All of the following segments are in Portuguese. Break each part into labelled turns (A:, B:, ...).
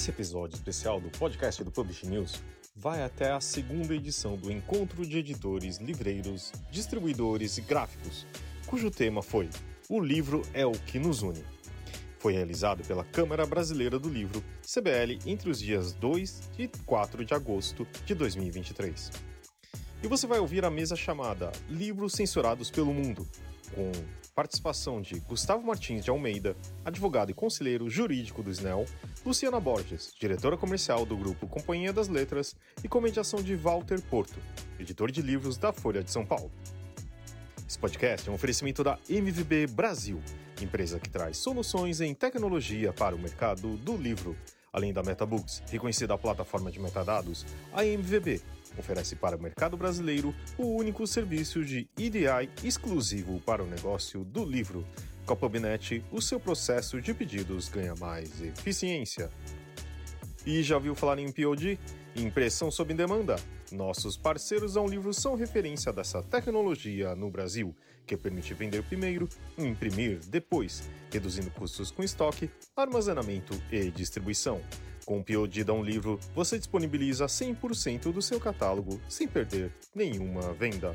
A: Esse episódio especial do podcast do Publish News vai até a segunda edição do Encontro de Editores, Livreiros, Distribuidores e Gráficos, cujo tema foi O Livro é o que nos une. Foi realizado pela Câmara Brasileira do Livro, CBL, entre os dias 2 e 4 de agosto de 2023. E você vai ouvir a mesa chamada Livros Censurados pelo Mundo, com participação de Gustavo Martins de Almeida, advogado e conselheiro jurídico do SNEL, Luciana Borges, diretora comercial do grupo Companhia das Letras, e com mediação de Walter Porto, editor de livros da Folha de São Paulo. Esse podcast é um oferecimento da MVB Brasil, empresa que traz soluções em tecnologia para o mercado do livro. Além da MetaBooks, reconhecida a plataforma de metadados, a MVB oferece para o mercado brasileiro o único serviço de EDI exclusivo para o negócio do livro. Com a PubNet, o seu processo de pedidos ganha mais eficiência. E já ouviu falar em POD? Impressão sob demanda? Nossos parceiros ao livro são referência dessa tecnologia no Brasil, que permite vender primeiro e imprimir depois, reduzindo custos com estoque, armazenamento e distribuição. Com o POD da Um Livro, você disponibiliza 100% do seu catálogo sem perder nenhuma venda.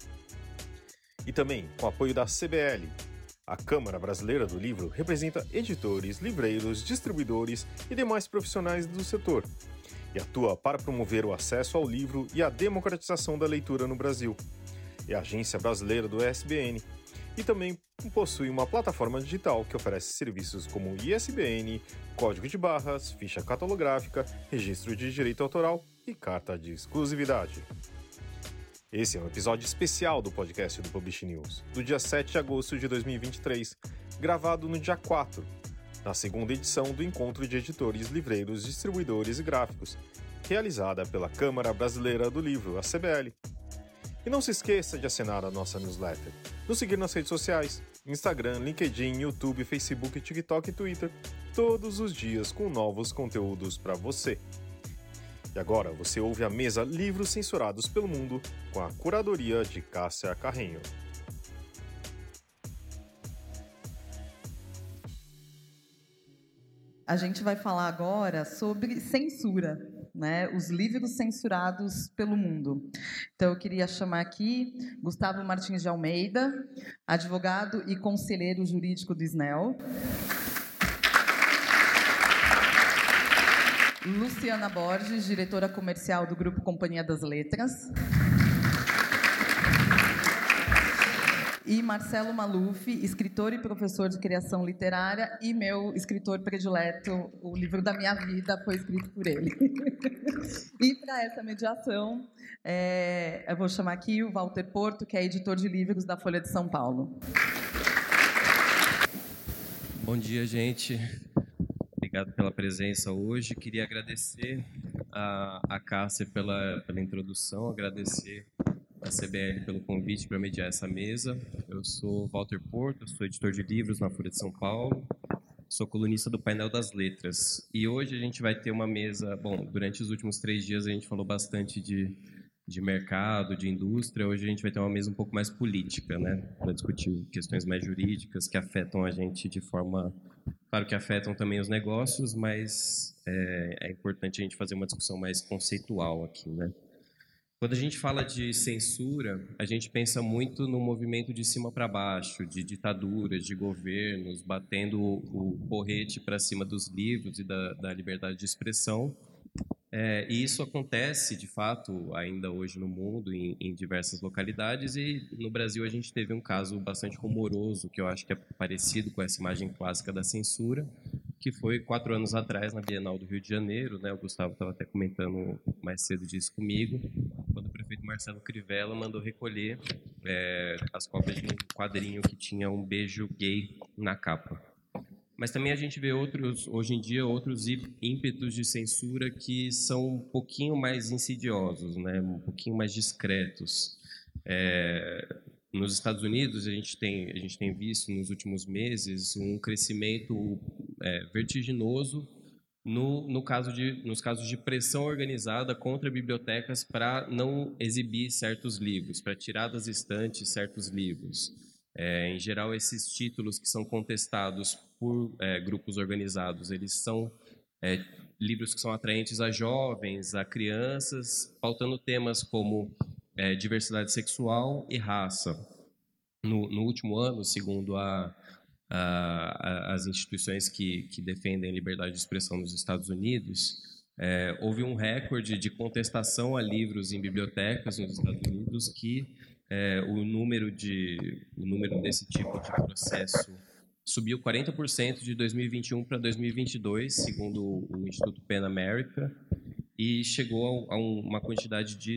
A: E também com o apoio da CBL. A Câmara Brasileira do Livro representa editores, livreiros, distribuidores e demais profissionais do setor, e atua para promover o acesso ao livro e a democratização da leitura no Brasil. É a agência brasileira do ESBN e também possui uma plataforma digital que oferece serviços como ISBN, código de barras, ficha catalográfica, registro de direito autoral e carta de exclusividade. Esse é um episódio especial do podcast do Publish News, do dia 7 de agosto de 2023, gravado no dia 4, na segunda edição do Encontro de Editores, Livreiros, Distribuidores e Gráficos, realizada pela Câmara Brasileira do Livro, a CBL. E não se esqueça de assinar a nossa newsletter, nos seguir nas redes sociais, Instagram, LinkedIn, YouTube, Facebook, TikTok e Twitter, todos os dias com novos conteúdos para você. E agora você ouve a mesa Livros Censurados pelo Mundo, com a curadoria de Cássia Carrenho.
B: A gente vai falar agora sobre censura, né? Os livros censurados pelo mundo. Então, eu queria chamar aqui Gustavo Martins de Almeida, advogado e conselheiro jurídico do SNEL. Luciana Borges, diretora comercial do grupo Companhia das Letras. E Marcelo Maluf, escritor e professor de criação literária, e meu escritor predileto, o livro da minha vida foi escrito por ele. E para essa mediação, eu vou chamar aqui o Walter Porto, que é editor de livros da Folha de São Paulo.
C: Bom dia, gente. Obrigado pela presença hoje. Queria agradecer a Cássia pela introdução, agradecer a CBL pelo convite para mediar essa mesa. Eu sou Walter Porto, sou editor de livros na Folha de São Paulo, sou colunista do Painel das Letras. E hoje a gente vai ter uma mesa... Bom, durante os últimos 3 dias a gente falou bastante de mercado, de indústria. Hoje a gente vai ter uma mesa um pouco mais política, né? Para discutir questões mais jurídicas que afetam a gente de forma... Claro que afetam também os negócios, mas é importante a gente fazer uma discussão mais conceitual aqui, né? Quando a gente fala de censura, a gente pensa muito no movimento de cima para baixo, de ditaduras, de governos, batendo o porrete para cima dos livros e da liberdade de expressão. E isso acontece, de fato, ainda hoje no mundo, em diversas localidades, e no Brasil a gente teve um caso bastante rumoroso, que eu acho que é parecido com essa imagem clássica da censura, que foi 4 anos atrás, na Bienal do Rio de Janeiro, né? O Gustavo estava até comentando mais cedo disso comigo, quando o prefeito Marcelo Crivella mandou recolher as cópias de um quadrinho que tinha um beijo gay na capa. Mas também a gente vê hoje em dia, outros ímpetos de censura que são um pouquinho mais insidiosos, né? Um pouquinho mais discretos. Nos Estados Unidos, a gente tem visto nos últimos meses um crescimento vertiginoso nos casos de pressão organizada contra bibliotecas para não exibir certos livros, para tirar das estantes certos livros. Em geral, esses títulos que são contestados por grupos organizados, eles são livros que são atraentes a jovens, a crianças, pautando temas como diversidade sexual e raça. No último ano, segundo as instituições que defendem a liberdade de expressão nos Estados Unidos, houve um recorde de contestação a livros em bibliotecas nos Estados Unidos que o número desse tipo de processo subiu 40% de 2021 para 2022, segundo o Instituto PEN America, e chegou a uma quantidade de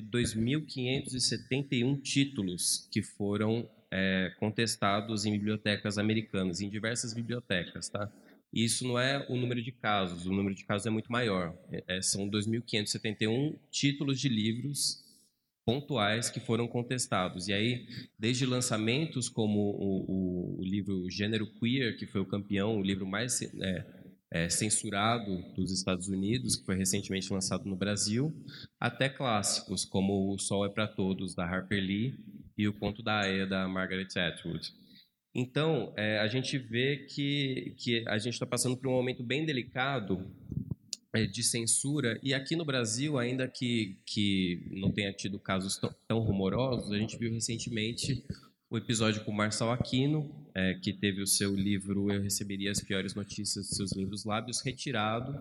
C: 2.571 títulos que foram contestados em bibliotecas americanas, em diversas bibliotecas, tá? E isso não é o número de casos, o número de casos é muito maior. São 2.571 títulos de livros pontuais que foram contestados. E aí, desde lançamentos como o livro Gênero Queer, que foi o campeão, o livro mais censurado dos Estados Unidos, que foi recentemente lançado no Brasil, até clássicos como O Sol é para Todos, da Harper Lee, e O Conto da Aia, da Margaret Atwood. Então, a gente vê que a gente está passando por um momento bem delicado de censura, e aqui no Brasil, ainda que não tenha tido casos tão rumorosos, a gente viu recentemente o episódio com o Marçal Aquino, que teve o seu livro Eu Receberia as Piores Notícias de Seus Lindos Lábios retirado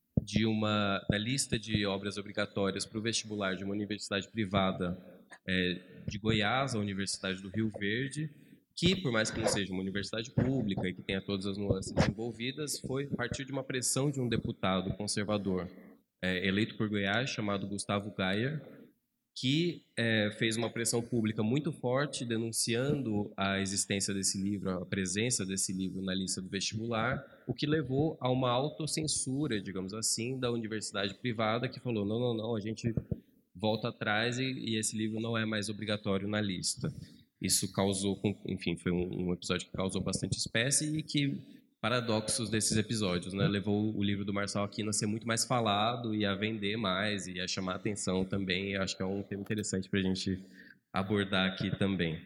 C: da lista de obras obrigatórias para o vestibular de uma universidade privada de Goiás, a Universidade do Rio Verde, que, por mais que não seja uma universidade pública e que tenha todas as nuances envolvidas, foi a partir de uma pressão de um deputado conservador eleito por Goiás, chamado Gustavo Gayer, que fez uma pressão pública muito forte, denunciando a existência desse livro, a presença desse livro na lista do vestibular, o que levou a uma autocensura, digamos assim, da universidade privada, que falou, não, a gente volta atrás e esse livro não é mais obrigatório na lista. Isso causou, enfim, foi um episódio que causou bastante espécie e que, paradoxos desses episódios, né, levou o livro do Marçal Aquino a ser muito mais falado e a vender mais e a chamar atenção também. Eu acho que é um tema interessante para a gente abordar aqui também.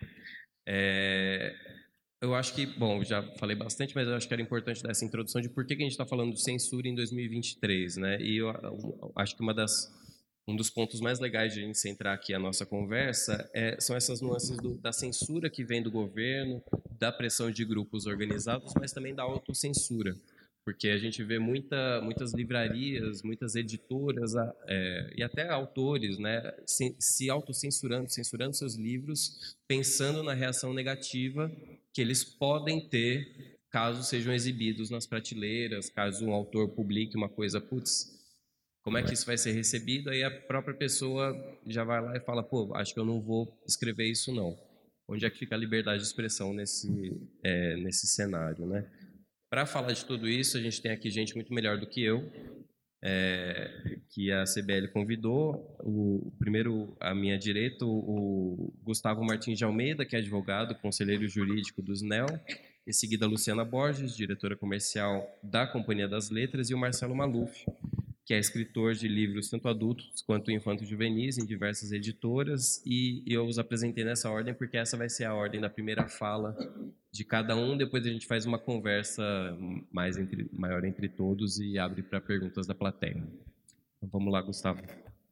C: Eu acho que, bom, já falei bastante, mas eu acho que era importante dar essa introdução de por que a gente está falando de censura em 2023, né? E eu acho que um dos pontos mais legais de a gente centrar aqui a nossa conversa são essas nuances da censura que vem do governo, da pressão de grupos organizados, mas também da autocensura. Porque a gente vê muitas livrarias, muitas editoras e até autores, né, se autocensurando, censurando seus livros, pensando na reação negativa que eles podem ter caso sejam exibidos nas prateleiras, caso um autor publique uma coisa, como é que isso vai ser recebido? Aí a própria pessoa já vai lá e fala, acho que eu não vou escrever isso não. Onde é que fica a liberdade de expressão nesse cenário, né? Para falar de tudo isso, a gente tem aqui gente muito melhor do que eu, que a CBL convidou. Primeiro, à minha direita, o Gustavo Martins de Almeida, que é advogado, conselheiro jurídico do SNEL. Em seguida, a Luciana Borges, diretora comercial da Companhia das Letras, e o Marcelo Maluf, que é escritor de livros tanto adultos quanto infanto-juvenis em diversas editoras, e eu os apresentei nessa ordem porque essa vai ser a ordem da primeira fala de cada um, depois a gente faz uma conversa maior entre todos e abre para perguntas da plateia. Então, vamos lá, Gustavo.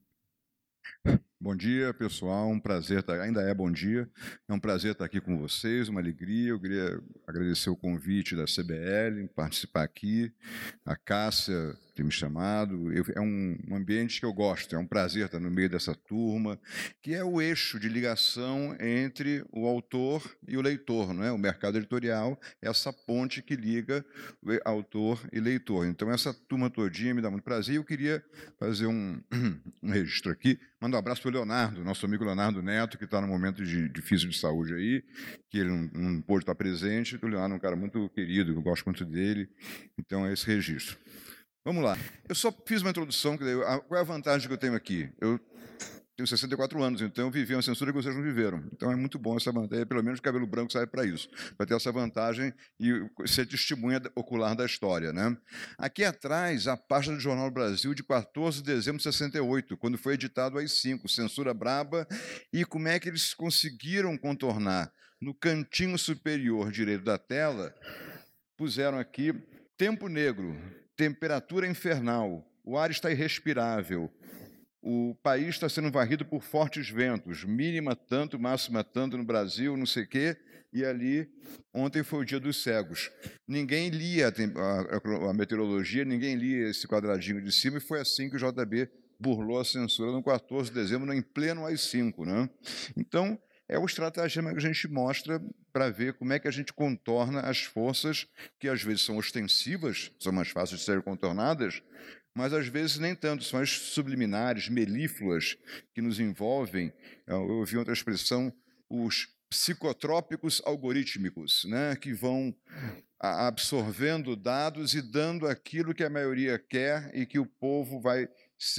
D: Bom dia, pessoal, um prazer, ainda é bom dia, é um prazer estar aqui com vocês, uma alegria. Eu queria agradecer o convite da CBL em participar aqui, a Cássia ter me chamado. É um ambiente que eu gosto, é um prazer estar no meio dessa turma, que é o eixo de ligação entre o autor e o leitor, não é? O mercado editorial é essa ponte que liga o autor e leitor. Então, essa turma todinha me dá muito prazer, e eu queria fazer um registro aqui. Manda um abraço para o Leonardo, nosso amigo Leonardo Neto, que está num momento difícil de saúde aí, que ele não pôde estar presente. O Leonardo é um cara muito querido, eu gosto muito dele, então é esse registro. Vamos lá. Eu só fiz uma introdução. Qual é a vantagem que eu tenho aqui? Eu tenho 64 anos, então eu vivi uma censura que vocês não viveram. Então é muito bom essa vantagem, pelo menos o cabelo branco serve para isso, para ter essa vantagem e ser testemunha ocular da história, né? Aqui atrás, a página do Jornal do Brasil de 14 de dezembro de 68, quando foi editado o AI-5, Censura Braba, e como é que eles conseguiram contornar. No cantinho superior direito da tela, puseram aqui Tempo Negro, Temperatura Infernal, o ar está irrespirável, o país está sendo varrido por fortes ventos, mínima tanto, máxima tanto no Brasil, não sei o quê, e ali, ontem foi o dia dos cegos. Ninguém lia a meteorologia, ninguém lia esse quadradinho de cima, e foi assim que o JB burlou a censura no 14 de dezembro, em pleno AI-5. Né? Então, é o estratagema que a gente mostra para ver como é que a gente contorna as forças que às vezes são ostensivas, são mais fáceis de serem contornadas, mas às vezes nem tanto, são as subliminares, melífluas, que nos envolvem. Eu ouvi outra expressão, os psicotrópicos algorítmicos, né, que vão absorvendo dados e dando aquilo que a maioria quer e que o povo vai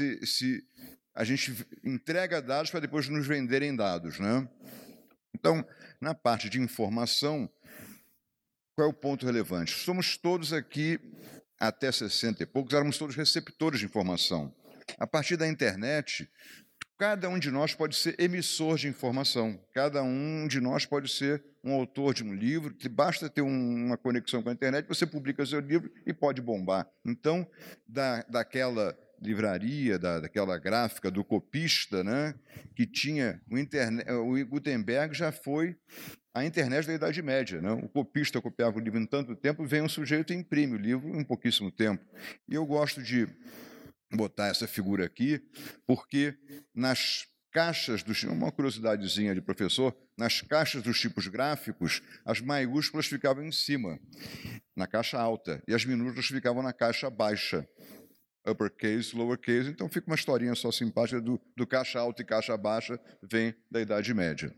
D: a gente entrega dados para depois nos venderem dados. Né? Então, na parte de informação, qual é o ponto relevante? Somos todos aqui, até 60 e poucos, éramos todos receptores de informação. A partir da internet, cada um de nós pode ser emissor de informação, cada um de nós pode ser um autor de um livro, basta ter uma conexão com a internet, você publica seu livro e pode bombar. Então, daquela livraria, daquela gráfica do copista, né, que tinha o Gutenberg, já foi a internet da Idade Média. Né? O copista copiava o livro em tanto tempo, vem um sujeito e imprime o livro em pouquíssimo tempo. E eu gosto de botar essa figura aqui, porque nas caixas dos... Uma curiosidadezinha de professor, nas caixas dos tipos gráficos, as maiúsculas ficavam em cima, na caixa alta, e as minúsculas ficavam na caixa baixa. Uppercase, lowercase, então fica uma historinha só simpática do caixa alta e caixa baixa, vem da Idade Média.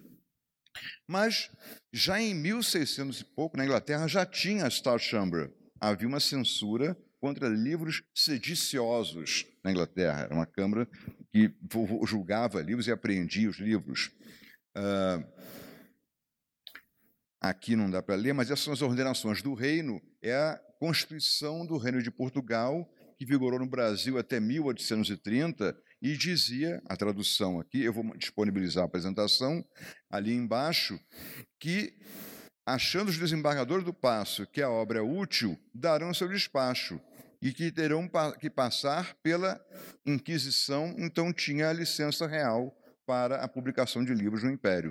D: Mas, já em 1600 e pouco, na Inglaterra, já tinha a Star Chamber. Havia uma censura contra livros sediciosos na Inglaterra. Era uma câmara que julgava livros e apreendia os livros. Aqui não dá para ler, mas essas são as ordenações do reino. É a Constituição do Reino de Portugal, que vigorou no Brasil até 1830, e dizia, a tradução aqui, eu vou disponibilizar a apresentação, ali embaixo, que, achando os desembargadores do paço que a obra é útil, darão seu despacho, e que terão que passar pela Inquisição, então tinha a licença real para a publicação de livros no Império.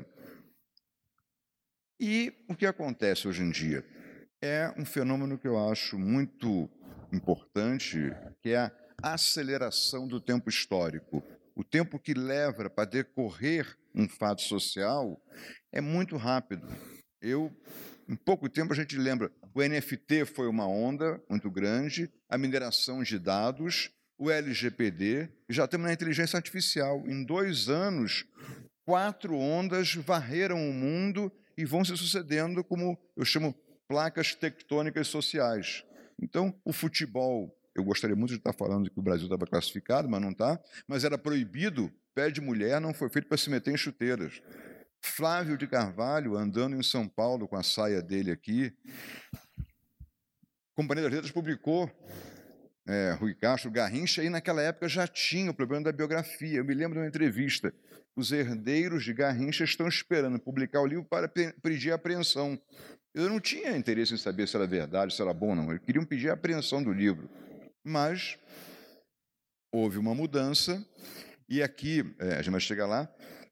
D: E o que acontece hoje em dia? É um fenômeno que eu acho muito importante, que é a aceleração do tempo histórico. O tempo que leva para decorrer um fato social é muito rápido. Em pouco tempo, a gente lembra, o NFT foi uma onda muito grande, a mineração de dados, o LGPD, e já temos na inteligência artificial. Em 2 anos, 4 ondas varreram o mundo e vão se sucedendo como eu chamo placas tectônicas sociais. Então, o futebol, eu gostaria muito de estar falando que o Brasil estava classificado, mas não está, mas era proibido, pé de mulher não foi feito para se meter em chuteiras. Flávio de Carvalho, andando em São Paulo com a saia dele aqui, Companhia das Letras publicou Rui Castro, Garrincha, e naquela época já tinha o problema da biografia. Eu me lembro de uma entrevista, os herdeiros de Garrincha estão esperando publicar o livro para pedir apreensão. Eu não tinha interesse em saber se era verdade, se era bom, não. Eles queriam pedir a apreensão do livro. Mas houve uma mudança, e aqui, a gente vai chegar lá,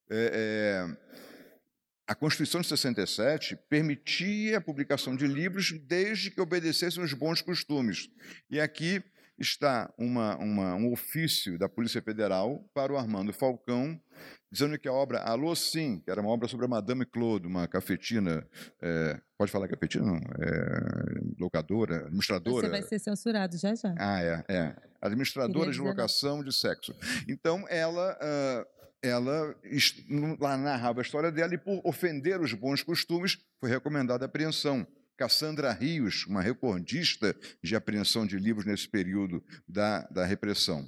D: a Constituição de 67 permitia a publicação de livros desde que obedecessem os bons costumes. E aqui está um ofício da Polícia Federal para o Armando Falcão, dizendo que a obra Alô Sim, que era uma obra sobre a Madame Claude, uma cafetina, pode falar cafetina? Não, locadora, administradora.
E: Você vai ser censurado já já.
D: Administradora de locação de sexo. Então, ela lá narrava a história dela e, por ofender os bons costumes, foi recomendada a apreensão. Cassandra Rios, uma recordista de apreensão de livros nesse período da repressão.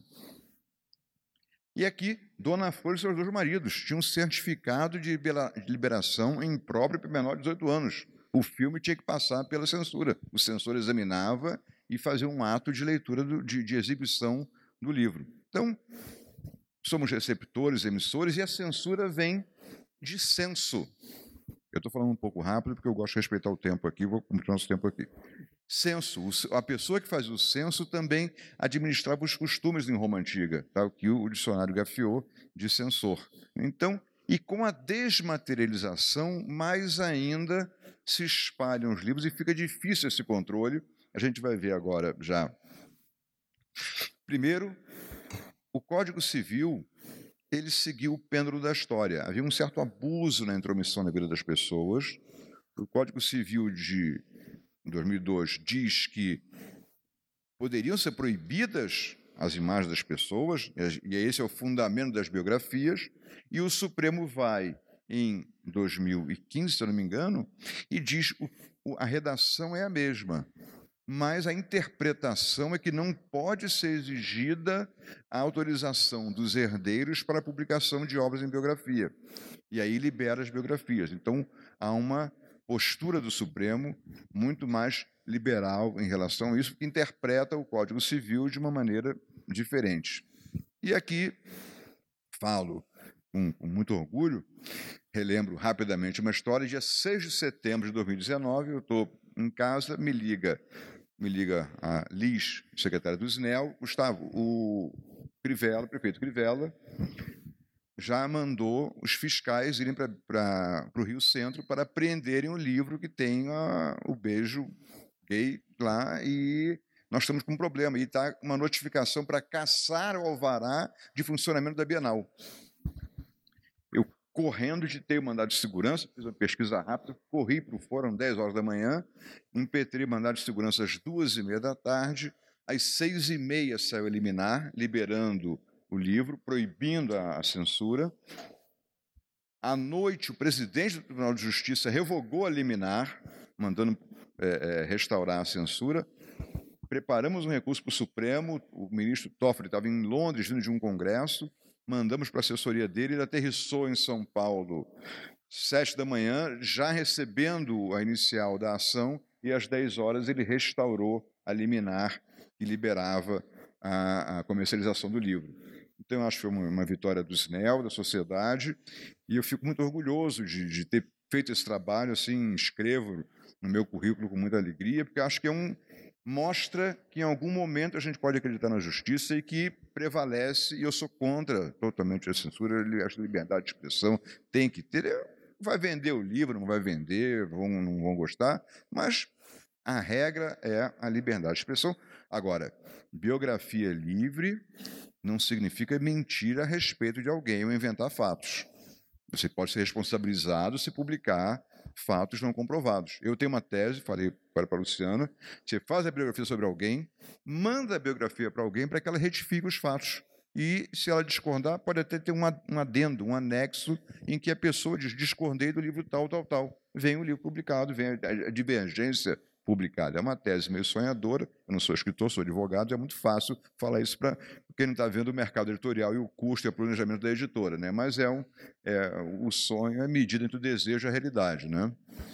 D: E aqui, Dona Flor e seus 2 maridos tinham um certificado de liberação em próprio para menor de 18 anos. O filme tinha que passar pela censura. O censor examinava e fazia um ato de leitura, de exibição do livro. Então, somos receptores, emissores, e a censura vem de censo. Eu estou falando um pouco rápido, porque eu gosto de respeitar o tempo aqui, vou cumprir nosso tempo aqui. censo. A pessoa que fazia o censo também administrava os costumes em Roma Antiga, tá? O que o dicionário gafiou de censor. Então, e com a desmaterialização, mais ainda se espalham os livros e fica difícil esse controle. A gente vai ver agora já. Primeiro, o Código Civil, ele seguiu o pêndulo da história. Havia um certo abuso na intromissão na vida das pessoas. O Código Civil de 2002 diz que poderiam ser proibidas as imagens das pessoas, e esse é o fundamento das biografias, e o Supremo vai, em 2015, se eu não me engano, e diz que a redação é a mesma, mas a interpretação é que não pode ser exigida a autorização dos herdeiros para a publicação de obras em biografia, e aí libera as biografias. Então, há uma postura do Supremo muito mais liberal em relação a isso, que interpreta o Código Civil de uma maneira diferente. E aqui falo com muito orgulho, relembro rapidamente uma história. Dia 6 de setembro de 2019, eu estou em casa, me liga a Liz, secretária do SNEL, Gustavo, o Crivella, o prefeito Crivella, já mandou os fiscais irem para o Rio Centro para apreenderem o livro que tem o beijo gay lá, e nós estamos com um problema. E está uma notificação para caçar o alvará de funcionamento da Bienal. Eu, correndo, ditei o mandado de segurança, fiz uma pesquisa rápida, corri para o fórum às 10 horas da manhã, impetrei mandado de segurança às 2h30 da tarde, às 6h30 saiu a liminar, liberando o livro, proibindo a censura. À noite, o presidente do Tribunal de Justiça revogou a liminar, mandando restaurar a censura. Preparamos um recurso para o Supremo, o ministro Toffoli estava em Londres, vindo de um congresso, mandamos para a assessoria dele, ele aterrissou em São Paulo 7 da manhã, já recebendo a inicial da ação, e às 10 horas ele restaurou a liminar que liberava a comercialização do livro. Então, eu acho que foi uma vitória do SNEL, da sociedade, e eu fico muito orgulhoso de ter feito esse trabalho, assim, escrevo no meu currículo com muita alegria, porque acho que mostra que em algum momento a gente pode acreditar na justiça e que prevalece, e eu sou contra totalmente a censura, acho que a liberdade de expressão tem que ter. Vai vender o livro, não vai vender, não vão gostar, mas a regra é a liberdade de expressão. Agora, biografia livre não significa mentir a respeito de alguém ou inventar fatos. Você pode ser responsabilizado se publicar fatos não comprovados. Eu tenho uma tese, falei para a Luciana, você faz a biografia sobre alguém, manda a biografia para alguém para que ela retifique os fatos. E, se ela discordar, pode até ter um adendo, um anexo, em que a pessoa diz, discordei do livro tal, tal, tal. Vem o livro publicado, vem a divergência publicada. É uma tese meio sonhadora, eu não sou escritor, sou advogado, é muito fácil falar isso para quem não está vendo o mercado editorial e o custo e o planejamento da editora, né? Mas o sonho é medida entre o desejo e a realidade, né?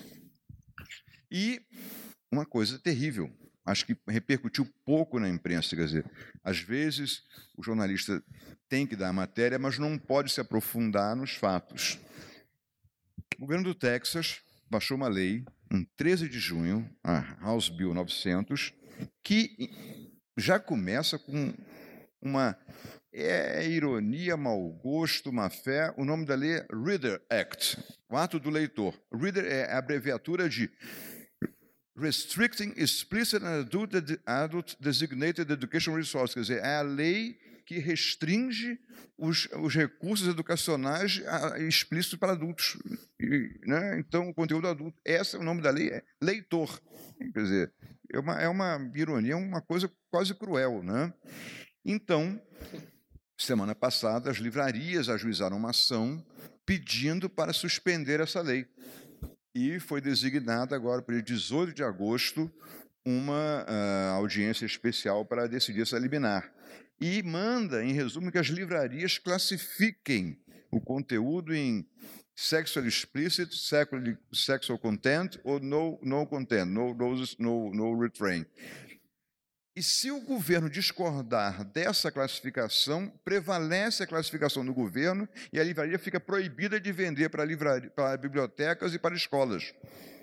D: E uma coisa terrível, acho que repercutiu pouco na imprensa, quer dizer, às vezes o jornalista tem que dar a matéria, mas não pode se aprofundar nos fatos. O governo do Texas baixou uma lei, em 13 de junho, a House Bill 900, que já começa com uma ironia, mau gosto, má fé. O nome da lei é Reader Act, o ato do leitor. Reader é a abreviatura de Restricting Explicit and Adult Designated Education Resources, quer dizer, é a lei que restringe os recursos educacionais explícitos para adultos. Né? Então, o conteúdo adulto. Esse é o nome da lei, é leitor. Quer dizer, é uma ironia, uma coisa quase cruel. Né? Então, semana passada, as livrarias ajuizaram uma ação pedindo para suspender essa lei. E foi designada agora, para o dia 18 de agosto, uma audiência especial para decidir essa liminar. E manda, em resumo, que as livrarias classifiquem o conteúdo em sexual explicit, sexual content ou no content, no refrain. E se o governo discordar dessa classificação, prevalece a classificação do governo e a livraria fica proibida de vender para bibliotecas e para escolas.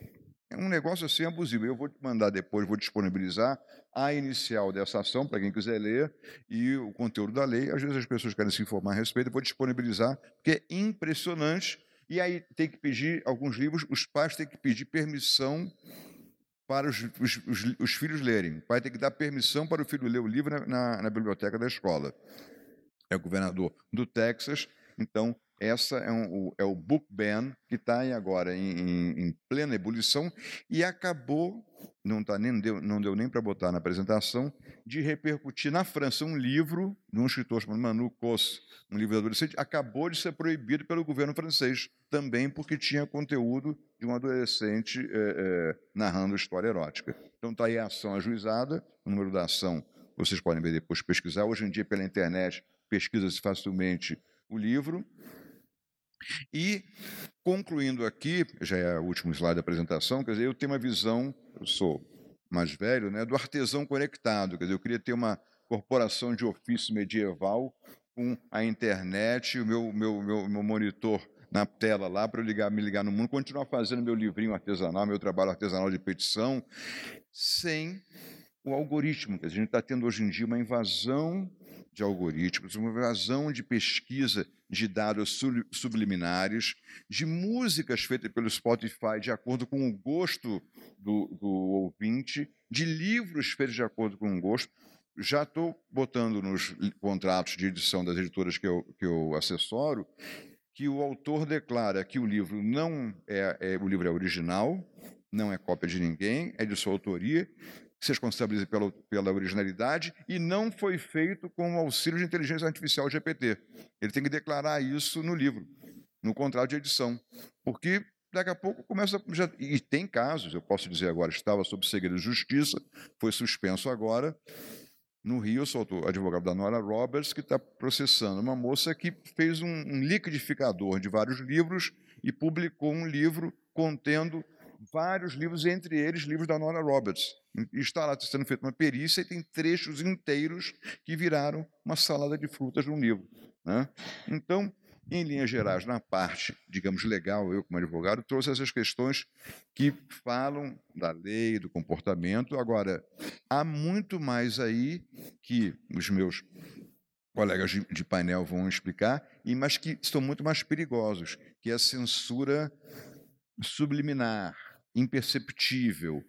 D: É um negócio assim abusivo. Eu vou te mandar depois, vou disponibilizar a inicial dessa ação, para quem quiser ler, e o conteúdo da lei. Às vezes as pessoas querem se informar a respeito, eu vou disponibilizar, porque é impressionante. E aí tem que pedir, alguns livros, os pais têm que pedir permissão para os filhos lerem. O pai tem que dar permissão para o filho ler o livro na biblioteca da escola. É o governador do Texas. Então, essa é o book ban, que está agora em plena ebulição, e acabou, não deu nem para botar na apresentação, de repercutir na França um livro de um escritor chamado Manu Cos, um livro de adolescente, acabou de ser proibido pelo governo francês, também porque tinha conteúdo de um adolescente narrando história erótica. Então está aí a ação ajuizada, o número da ação vocês podem ver depois, pesquisar. Hoje em dia, pela internet, pesquisa-se facilmente o livro. E, concluindo aqui, já é o último slide da apresentação, quer dizer, eu tenho uma visão, eu sou mais velho, né, do artesão conectado, quer dizer, eu queria ter uma corporação de ofício medieval com a internet, o meu monitor na tela lá, para eu me ligar no mundo, continuar fazendo meu livrinho artesanal, meu trabalho artesanal de petição, sem o algoritmo. Quer dizer, a gente está tendo hoje em dia uma invasão de algoritmos, uma invasão de pesquisa de dados subliminares, de músicas feitas pelo Spotify de acordo com o gosto do ouvinte, de livros feitos de acordo com o gosto. Já estou botando nos contratos de edição das editoras que eu assessoro, que o autor declara que o livro o livro é original, não é cópia de ninguém, é de sua autoria, se responsabiliza pela originalidade e não foi feito com o auxílio de inteligência artificial GPT. Ele tem que declarar isso no livro, no contrato de edição, porque daqui a pouco começa... E tem casos, eu posso dizer agora, estava sob segredo de justiça, foi suspenso agora. No Rio, eu sou o advogado da Nora Roberts, que está processando uma moça que fez um liquidificador de vários livros e publicou um livro contendo vários livros, entre eles livros da Nora Roberts. E está lá sendo feita uma perícia e tem trechos inteiros que viraram uma salada de frutas de um livro, né? Então, em linhas gerais, na parte, digamos, legal, eu como advogado trouxe essas questões que falam da lei, do comportamento. Agora, há muito mais aí que os meus colegas de painel vão explicar, mas que são muito mais perigosos, que é a censura subliminar, imperceptível,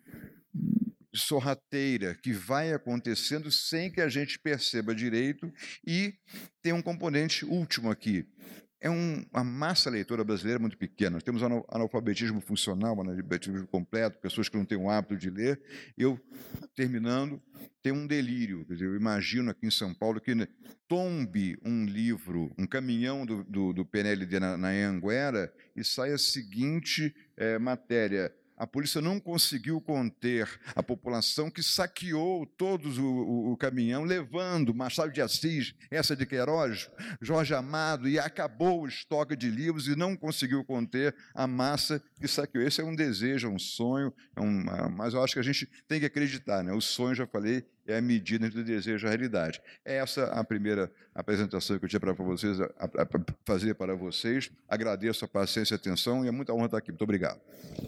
D: sorrateira, que vai acontecendo sem que a gente perceba direito. E tem um componente último aqui. A massa leitora brasileira muito pequena. Nós temos analfabetismo funcional, analfabetismo completo, pessoas que não têm o hábito de ler. Eu, terminando, tenho um delírio. Quer dizer, eu imagino aqui em São Paulo que tombe um livro, um caminhão do PNLD na Anhanguera e saia a seguinte matéria: a polícia não conseguiu conter a população que saqueou todos o caminhão, levando Machado de Assis, essa de Queiroz, Jorge Amado, e acabou o estoque de livros e não conseguiu conter a massa que saqueou. Esse é um desejo, é um sonho, mas eu acho que a gente tem que acreditar, né? O sonho, já falei, é a medida entre o desejo e a realidade. Essa é a primeira apresentação que eu tinha para vocês, fazer para vocês. Agradeço a paciência e a atenção, e é muita honra estar aqui. Muito obrigado.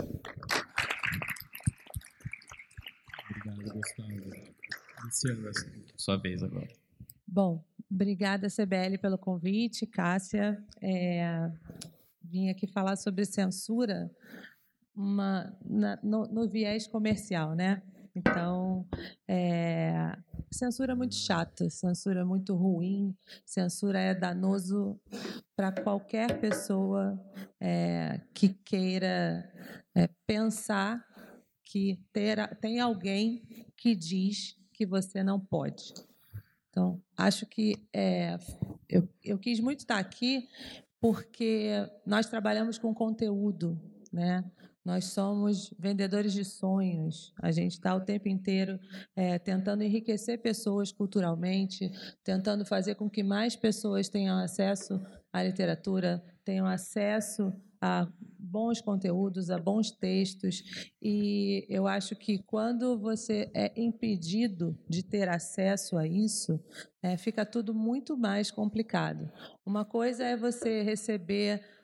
C: Obrigado, Gustavo. Luciana, sua vez agora.
E: Bom, obrigada, CBL, pelo convite. Cássia, vim aqui falar sobre censura no viés comercial, né? Então, censura é muito chata, censura é muito ruim, censura é danoso para qualquer pessoa que queira pensar que tem alguém que diz que você não pode. Então, acho que eu quis muito estar aqui porque nós trabalhamos com conteúdo, né? Nós somos vendedores de sonhos. A gente está o tempo inteiro tentando enriquecer pessoas culturalmente, tentando fazer com que mais pessoas tenham acesso à literatura, tenham acesso a bons conteúdos, a bons textos. E eu acho que quando você é impedido de ter acesso a isso, fica tudo muito mais complicado. Uma coisa é você receber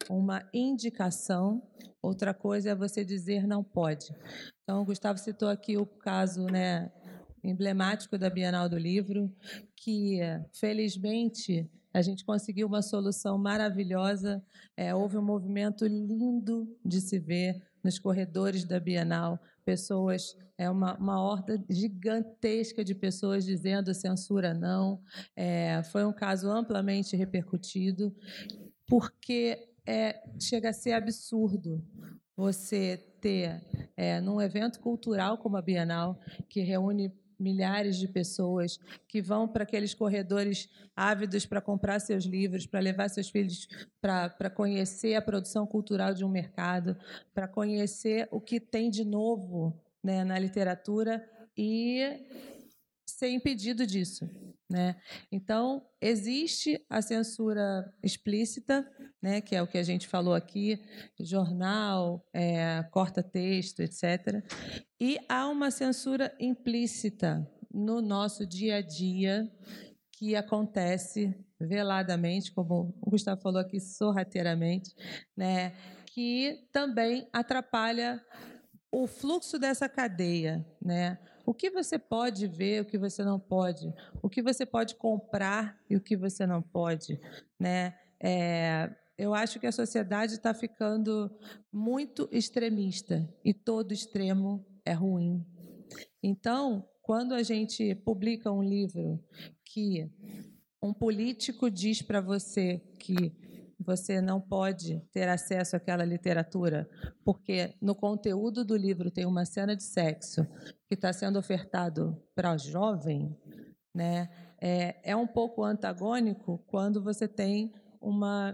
E: uma indicação, outra coisa é você dizer não pode. Então, o Gustavo citou aqui o caso, né, emblemático da Bienal do Livro, que, felizmente, a gente conseguiu uma solução maravilhosa. Houve um movimento lindo de se ver nos corredores da Bienal, pessoas, uma horda gigantesca de pessoas dizendo censura não. Foi um caso amplamente repercutido, porque chega a ser absurdo você ter, num evento cultural como a Bienal, que reúne milhares de pessoas que vão para aqueles corredores ávidos para comprar seus livros, para levar seus filhos para conhecer a produção cultural de um mercado, para conhecer o que tem de novo, né, na literatura, e ser impedido disso, né? Então, existe a censura explícita, né, que é o que a gente falou aqui, jornal, corta-texto, etc. E há uma censura implícita no nosso dia a dia, que acontece veladamente, como o Gustavo falou aqui, sorrateiramente, né, que também atrapalha o fluxo dessa cadeia, né? O que você pode ver, o que você não pode, o que você pode comprar e o que você não pode, né? Eu acho que a sociedade está ficando muito extremista e todo extremo é ruim. Então, quando a gente publica um livro que um político diz para você que você não pode ter acesso àquela literatura, porque no conteúdo do livro tem uma cena de sexo que está sendo ofertado para o jovem, né? É um pouco antagônico quando você tem uma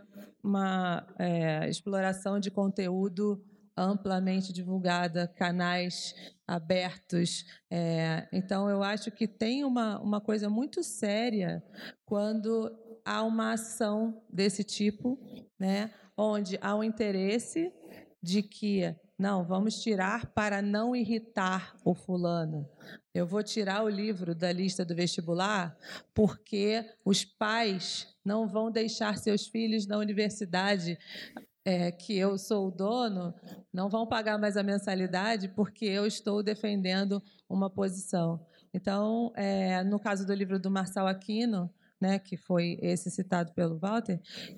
E: exploração de conteúdo amplamente divulgada, canais abertos. Então, eu acho que tem uma coisa muito séria quando há uma ação desse tipo, né, onde há um interesse de que, não, vamos tirar para não irritar o fulano. Eu vou tirar o livro da lista do vestibular porque os pais não vão deixar seus filhos na universidade que eu sou o dono, não vão pagar mais a mensalidade porque eu estou defendendo uma posição. Então, no caso do livro do Marçal Aquino, né, que foi esse citado pelo Walter,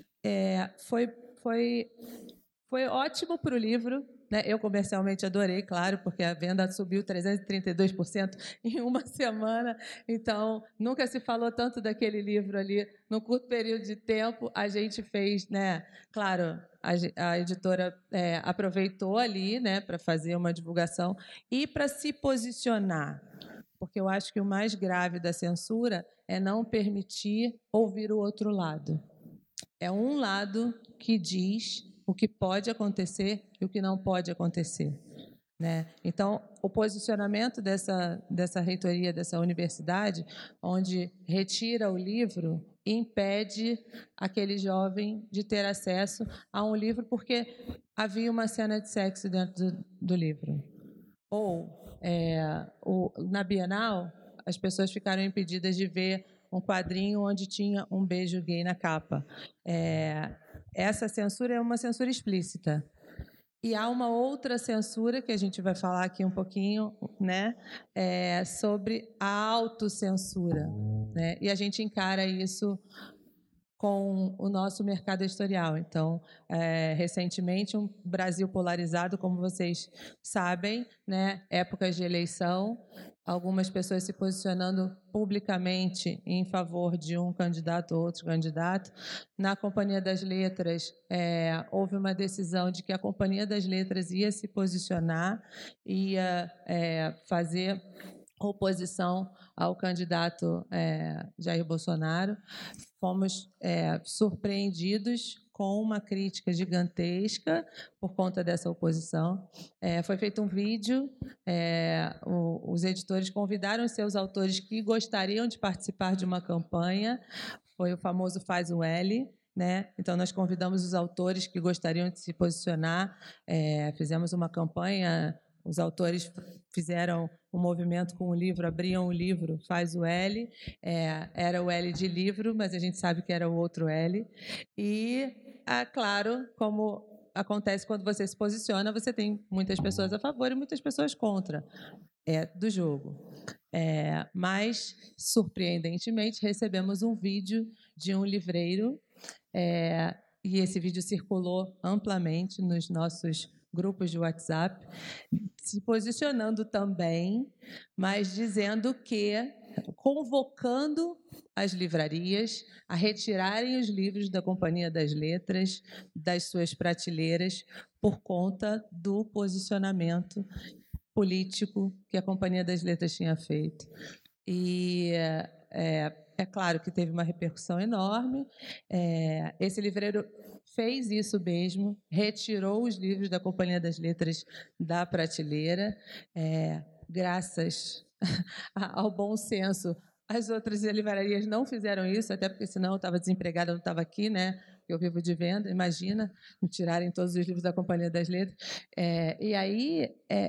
E: foi ótimo para o livro, né? Eu comercialmente adorei, claro, porque a venda subiu 332% em uma semana. Então, nunca se falou tanto daquele livro ali num curto período de tempo. A gente fez, né? Claro, a editora aproveitou ali, né, para fazer uma divulgação e para se posicionar. Porque eu acho que o mais grave da censura é não permitir ouvir o outro lado. É um lado que diz o que pode acontecer e o que não pode acontecer, né? Então, o posicionamento dessa reitoria, dessa universidade, onde retira o livro, impede aquele jovem de ter acesso a um livro porque havia uma cena de sexo dentro do livro. Ou, na Bienal, as pessoas ficaram impedidas de ver um quadrinho onde tinha um beijo gay na capa. Essa censura é uma censura explícita. E há uma outra censura, que a gente vai falar aqui um pouquinho, né, sobre a autocensura, né? E a gente encara isso com o nosso mercado editorial. Então, recentemente, um Brasil polarizado, como vocês sabem, né, épocas de eleição, algumas pessoas se posicionando publicamente em favor de um candidato ou outro candidato. Na Companhia das Letras, houve uma decisão de que a Companhia das Letras ia se posicionar, ia fazer oposição ao candidato Jair Bolsonaro. Fomos surpreendidos com uma crítica gigantesca por conta dessa oposição. Foi feito um vídeo, os editores convidaram seus autores que gostariam de participar de uma campanha, foi o famoso Faz o L, né? Então, nós convidamos os autores que gostariam de se posicionar, fizemos uma campanha, os autores fizeram um movimento com o livro, abriam o livro, Faz o L, era o L de livro, mas a gente sabe que era o outro L, e claro, como acontece quando você se posiciona, você tem muitas pessoas a favor e muitas pessoas contra do jogo. Mas, surpreendentemente, recebemos um vídeo de um livreiro, e esse vídeo circulou amplamente nos nossos grupos de WhatsApp, se posicionando também, mas dizendo que, convocando as livrarias a retirarem os livros da Companhia das Letras das suas prateleiras por conta do posicionamento político que a Companhia das Letras tinha feito. E é claro que teve uma repercussão enorme. Esse livreiro fez isso mesmo, retirou os livros da Companhia das Letras da prateleira, graças ao bom senso. As outras livrarias não fizeram isso, até porque senão eu estava desempregada, não estava aqui, né? Eu vivo de venda, imagina, me tirarem todos os livros da Companhia das Letras. E aí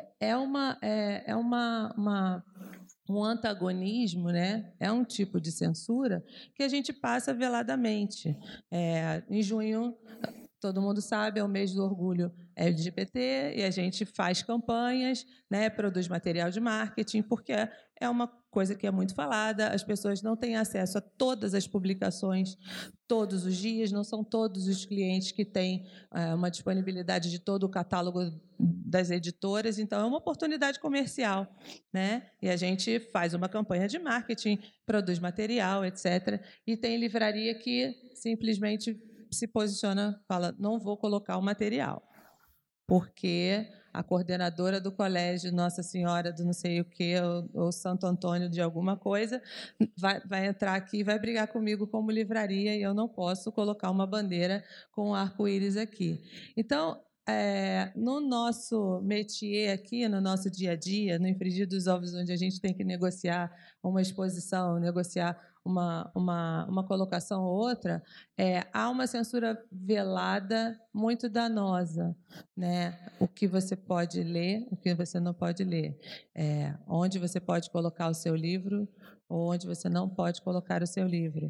E: um antagonismo, né? É um tipo de censura que a gente passa veladamente. Em junho, todo mundo sabe, é o mês do orgulho LGBT, e a gente faz campanhas, né, produz material de marketing, porque é uma coisa que é muito falada, as pessoas não têm acesso a todas as publicações todos os dias, não são todos os clientes que têm uma disponibilidade de todo o catálogo das editoras, então é uma oportunidade comercial, né? E a gente faz uma campanha de marketing, produz material, etc. E tem livraria que simplesmente se posiciona, fala, não vou colocar o material, porque a coordenadora do colégio Nossa Senhora do não sei o quê, ou Santo Antônio de alguma coisa, vai entrar aqui e vai brigar comigo como livraria, e eu não posso colocar uma bandeira com um arco-íris aqui. Então, no nosso métier aqui, no nosso dia a dia, no Infringir dos Ovos, onde a gente tem que negociar uma exposição, negociar uma colocação ou outra, há uma censura velada muito danosa, né? O que você pode ler, o que você não pode ler, onde você pode colocar o seu livro ou onde você não pode colocar o seu livro.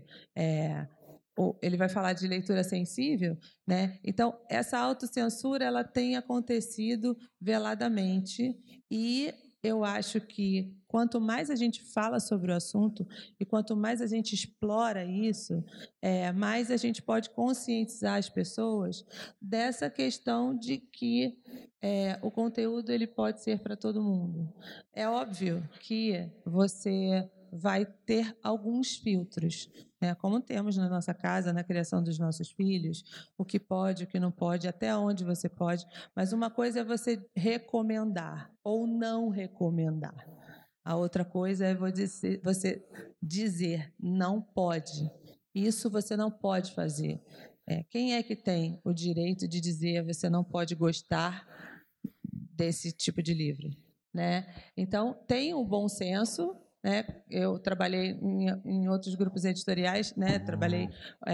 E: Ele vai falar de leitura sensível, né? Então, essa autocensura ela tem acontecido veladamente, e eu acho que quanto mais a gente fala sobre o assunto e quanto mais a gente explora isso, mais a gente pode conscientizar as pessoas dessa questão de que o conteúdo ele pode ser para todo mundo. É óbvio que você vai ter alguns filtros, como temos na nossa casa, na criação dos nossos filhos, o que pode, o que não pode, até onde você pode, mas uma coisa é você recomendar ou não recomendar. A outra coisa é você dizer não pode. Isso você não pode fazer. Quem é que tem o direito de dizer você não pode gostar desse tipo de livro, né? Então, tem um bom senso, né? Eu trabalhei em outros grupos editoriais, né? Trabalhei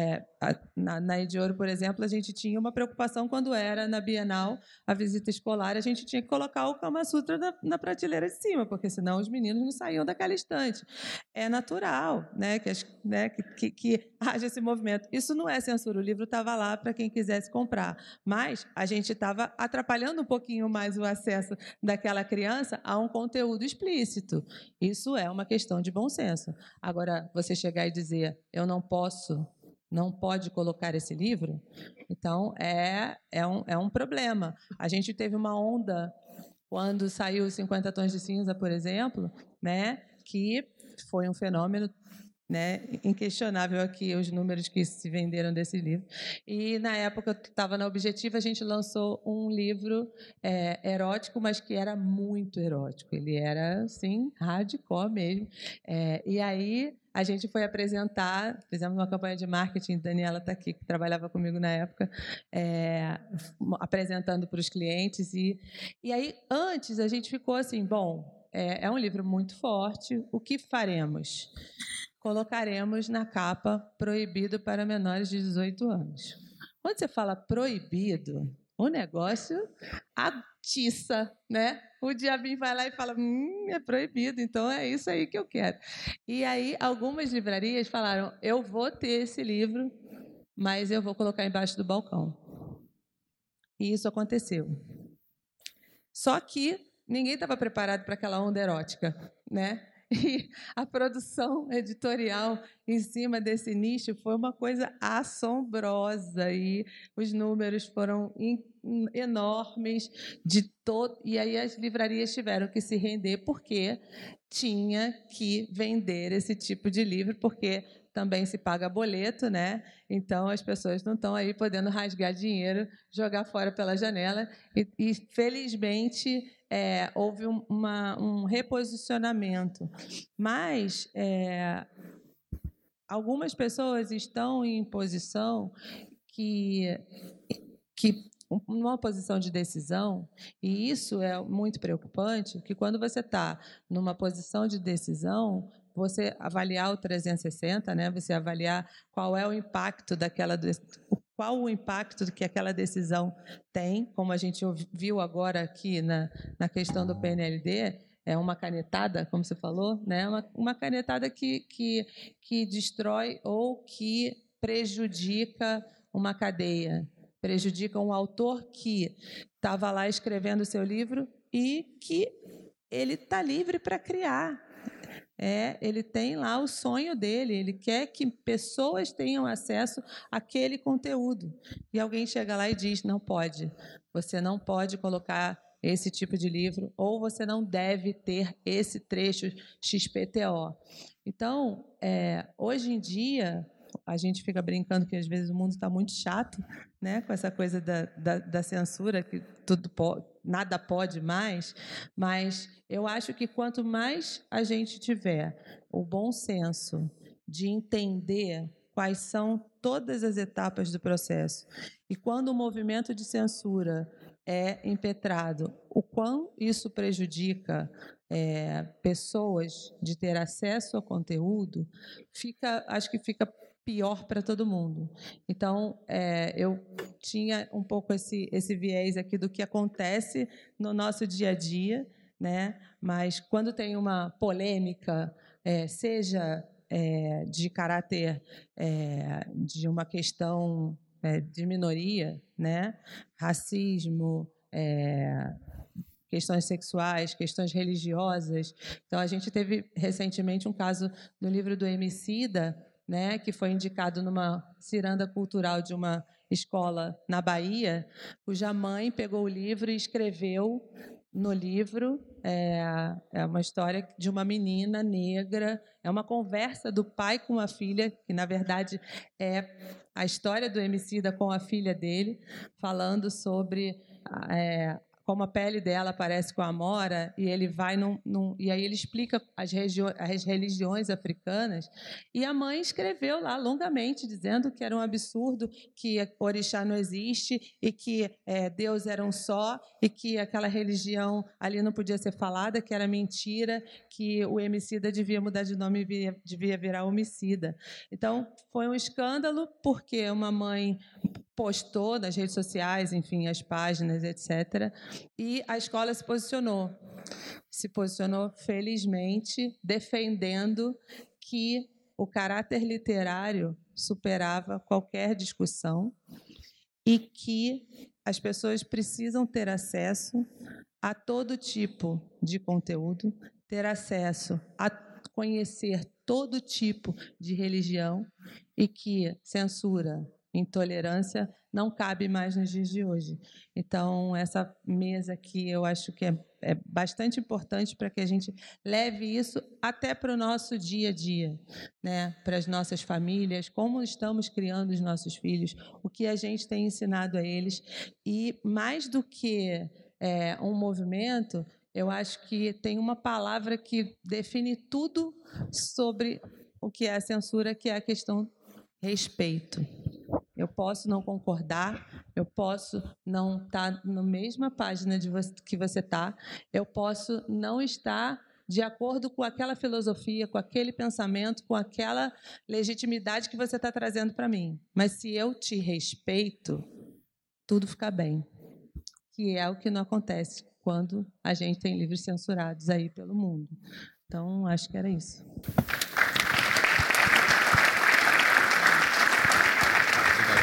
E: na Ediouro, por exemplo, a gente tinha uma preocupação quando era na Bienal, a visita escolar, a gente tinha que colocar o Kama Sutra na prateleira de cima, porque senão os meninos não saíam daquela estante. É natural, né? Que haja esse movimento. Isso não é censura, o livro estava lá para quem quisesse comprar, mas a gente estava atrapalhando um pouquinho mais o acesso daquela criança a um conteúdo explícito. Isso é uma questão de bom senso. Agora, você chegar e dizer, eu não pode colocar esse livro, então é um problema. A gente teve uma onda quando saiu 50 Tons de Cinza, por exemplo, né, que foi um fenômeno, né, inquestionável aqui os números que se venderam desse livro. E na época que estava na Objetiva, a gente lançou um livro erótico, mas que era muito erótico. Ele era assim hardcore mesmo. E aí a gente foi apresentar, fizemos uma campanha de marketing, Daniela está aqui, que trabalhava comigo na época, apresentando para os clientes. E aí, antes, a gente ficou assim, bom, é um livro muito forte, o que faremos? Colocaremos na capa proibido para menores de 18 anos. Quando você fala proibido, o negócio atiça, né? O diabinho vai lá e fala, é proibido, então é isso aí que eu quero. E aí algumas livrarias falaram, eu vou ter esse livro mas eu vou colocar embaixo do balcão. E isso aconteceu. Só que ninguém estava preparado para aquela onda erótica, né? E a produção editorial em cima desse nicho foi uma coisa assombrosa, e os números foram enormes e aí as livrarias tiveram que se render porque tinha que vender esse tipo de livro, porque também se paga boleto, né? Então as pessoas não estão aí podendo rasgar dinheiro, jogar fora pela janela, e felizmente houve um reposicionamento. Mas algumas pessoas estão em posição numa posição de decisão, e isso é muito preocupante, que quando você está numa posição de decisão, você avaliar o 360, né? Você avaliar qual é o impacto qual o impacto que aquela decisão tem, como a gente viu agora aqui na questão do PNLD, é uma canetada, como você falou, né? Uma canetada que destrói ou que prejudica uma cadeia, prejudica um autor que estava lá escrevendo o seu livro e que ele está livre para criar. Ele tem lá o sonho dele, ele quer que pessoas tenham acesso àquele conteúdo. E alguém chega lá e diz, não pode, você não pode colocar esse tipo de livro, ou você não deve ter esse trecho XPTO. Então, hoje em dia, a gente fica brincando que às vezes o mundo está muito chato, né, com essa coisa da censura, que nada pode mais, mas eu acho que quanto mais a gente tiver o bom senso de entender quais são todas as etapas do processo, e quando o movimento de censura é impetrado, o quão isso prejudica pessoas de ter acesso ao conteúdo, acho que fica pior para todo mundo. Então, eu tinha um pouco esse viés aqui do que acontece no nosso dia a dia, né? Mas quando tem uma polêmica, seja de caráter de uma questão de minoria, né? Racismo, questões sexuais, questões religiosas. Então, a gente teve recentemente um caso no livro do Emicida, né, que foi indicado numa ciranda cultural de uma escola na Bahia, cuja mãe pegou o livro e escreveu no livro, uma história de uma menina negra, é uma conversa do pai com a filha, que, na verdade, é a história do Emicida com a filha dele, falando sobre como a pele dela parece com a Amora, e ele vai e aí ele explica as religiões africanas, e a mãe escreveu lá longamente, dizendo que era um absurdo, que orixá não existe, e que Deus era um só, e que aquela religião ali não podia ser falada, que era mentira, que o Emicida devia mudar de nome e devia virar homicida. Então, foi um escândalo, porque uma mãe postou nas redes sociais, enfim, as páginas, etc., e a escola se posicionou felizmente, defendendo que o caráter literário superava qualquer discussão e que as pessoas precisam ter acesso a todo tipo de conteúdo, ter acesso a conhecer todo tipo de religião, e que censura, intolerância não cabe mais nos dias de hoje. Então, essa mesa aqui eu acho que é bastante importante para que a gente leve isso até para o nosso dia a dia, né? Para as nossas famílias, como estamos criando os nossos filhos, o que a gente tem ensinado a eles. E, mais do que um movimento, eu acho que tem uma palavra que define tudo sobre o que é a censura, que é a questão respeito. Eu posso não concordar, eu posso não estar na mesma página que você está, eu posso não estar de acordo com aquela filosofia, com aquele pensamento, com aquela legitimidade que você está trazendo para mim. Mas se eu te respeito, tudo fica bem. Que é o que não acontece quando a gente tem livros censurados aí pelo mundo. Então, acho que era isso.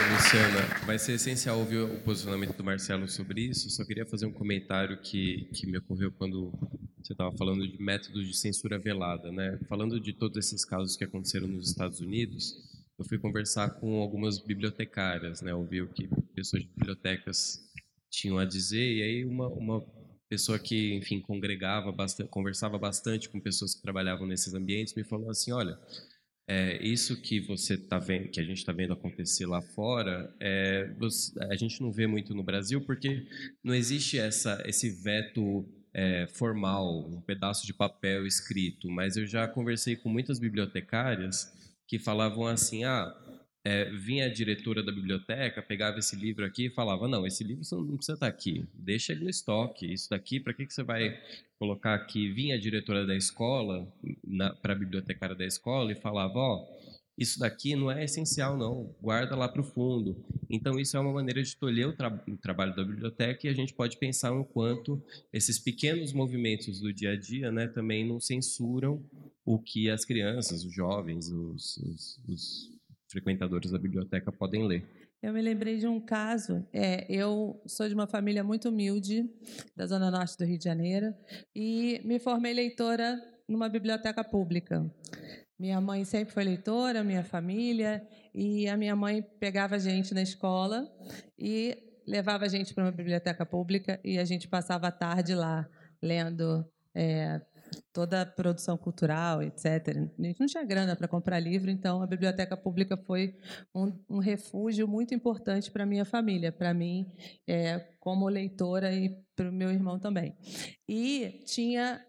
C: Luciana, vai ser essencial ouvir o posicionamento do Marcelo sobre isso. Só queria fazer um comentário que me ocorreu quando você estava falando de métodos de censura velada, né? Falando de todos esses casos que aconteceram nos Estados Unidos, eu fui conversar com algumas bibliotecárias, né? Ouvi o que pessoas de bibliotecas tinham a dizer, e aí uma pessoa que, enfim, congregava bastante, conversava bastante com pessoas que trabalhavam nesses ambientes, me falou assim, olha, isso que você está vendo, que a gente está vendo acontecer lá fora, a gente não vê muito no Brasil, porque não existe esse veto formal, um pedaço de papel escrito, mas eu já conversei com muitas bibliotecárias que falavam assim, vinha a diretora da biblioteca, pegava esse livro aqui e falava, não, esse livro você não precisa estar aqui, deixa ele no estoque, isso daqui, para que você vai colocar aqui? Vinha a diretora da escola, para a bibliotecária da escola e falava, isso daqui não é essencial não, guarda lá para o fundo. Então isso é uma maneira de tolher o trabalho da biblioteca, e a gente pode pensar o quanto esses pequenos movimentos do dia a dia, né, também não censuram o que as crianças, os jovens, os frequentadores da biblioteca podem ler.
E: Eu me lembrei de um caso. Eu sou de uma família muito humilde, da Zona Norte do Rio de Janeiro, e me formei leitora numa biblioteca pública. Minha mãe sempre foi leitora, minha família, e a minha mãe pegava a gente na escola e levava a gente para uma biblioteca pública, e a gente passava a tarde lá, lendo toda a produção cultural, etc. A gente não tinha grana para comprar livro, então a biblioteca pública foi um refúgio muito importante para a minha família, para mim, como leitora, e para o meu irmão também. E tinha...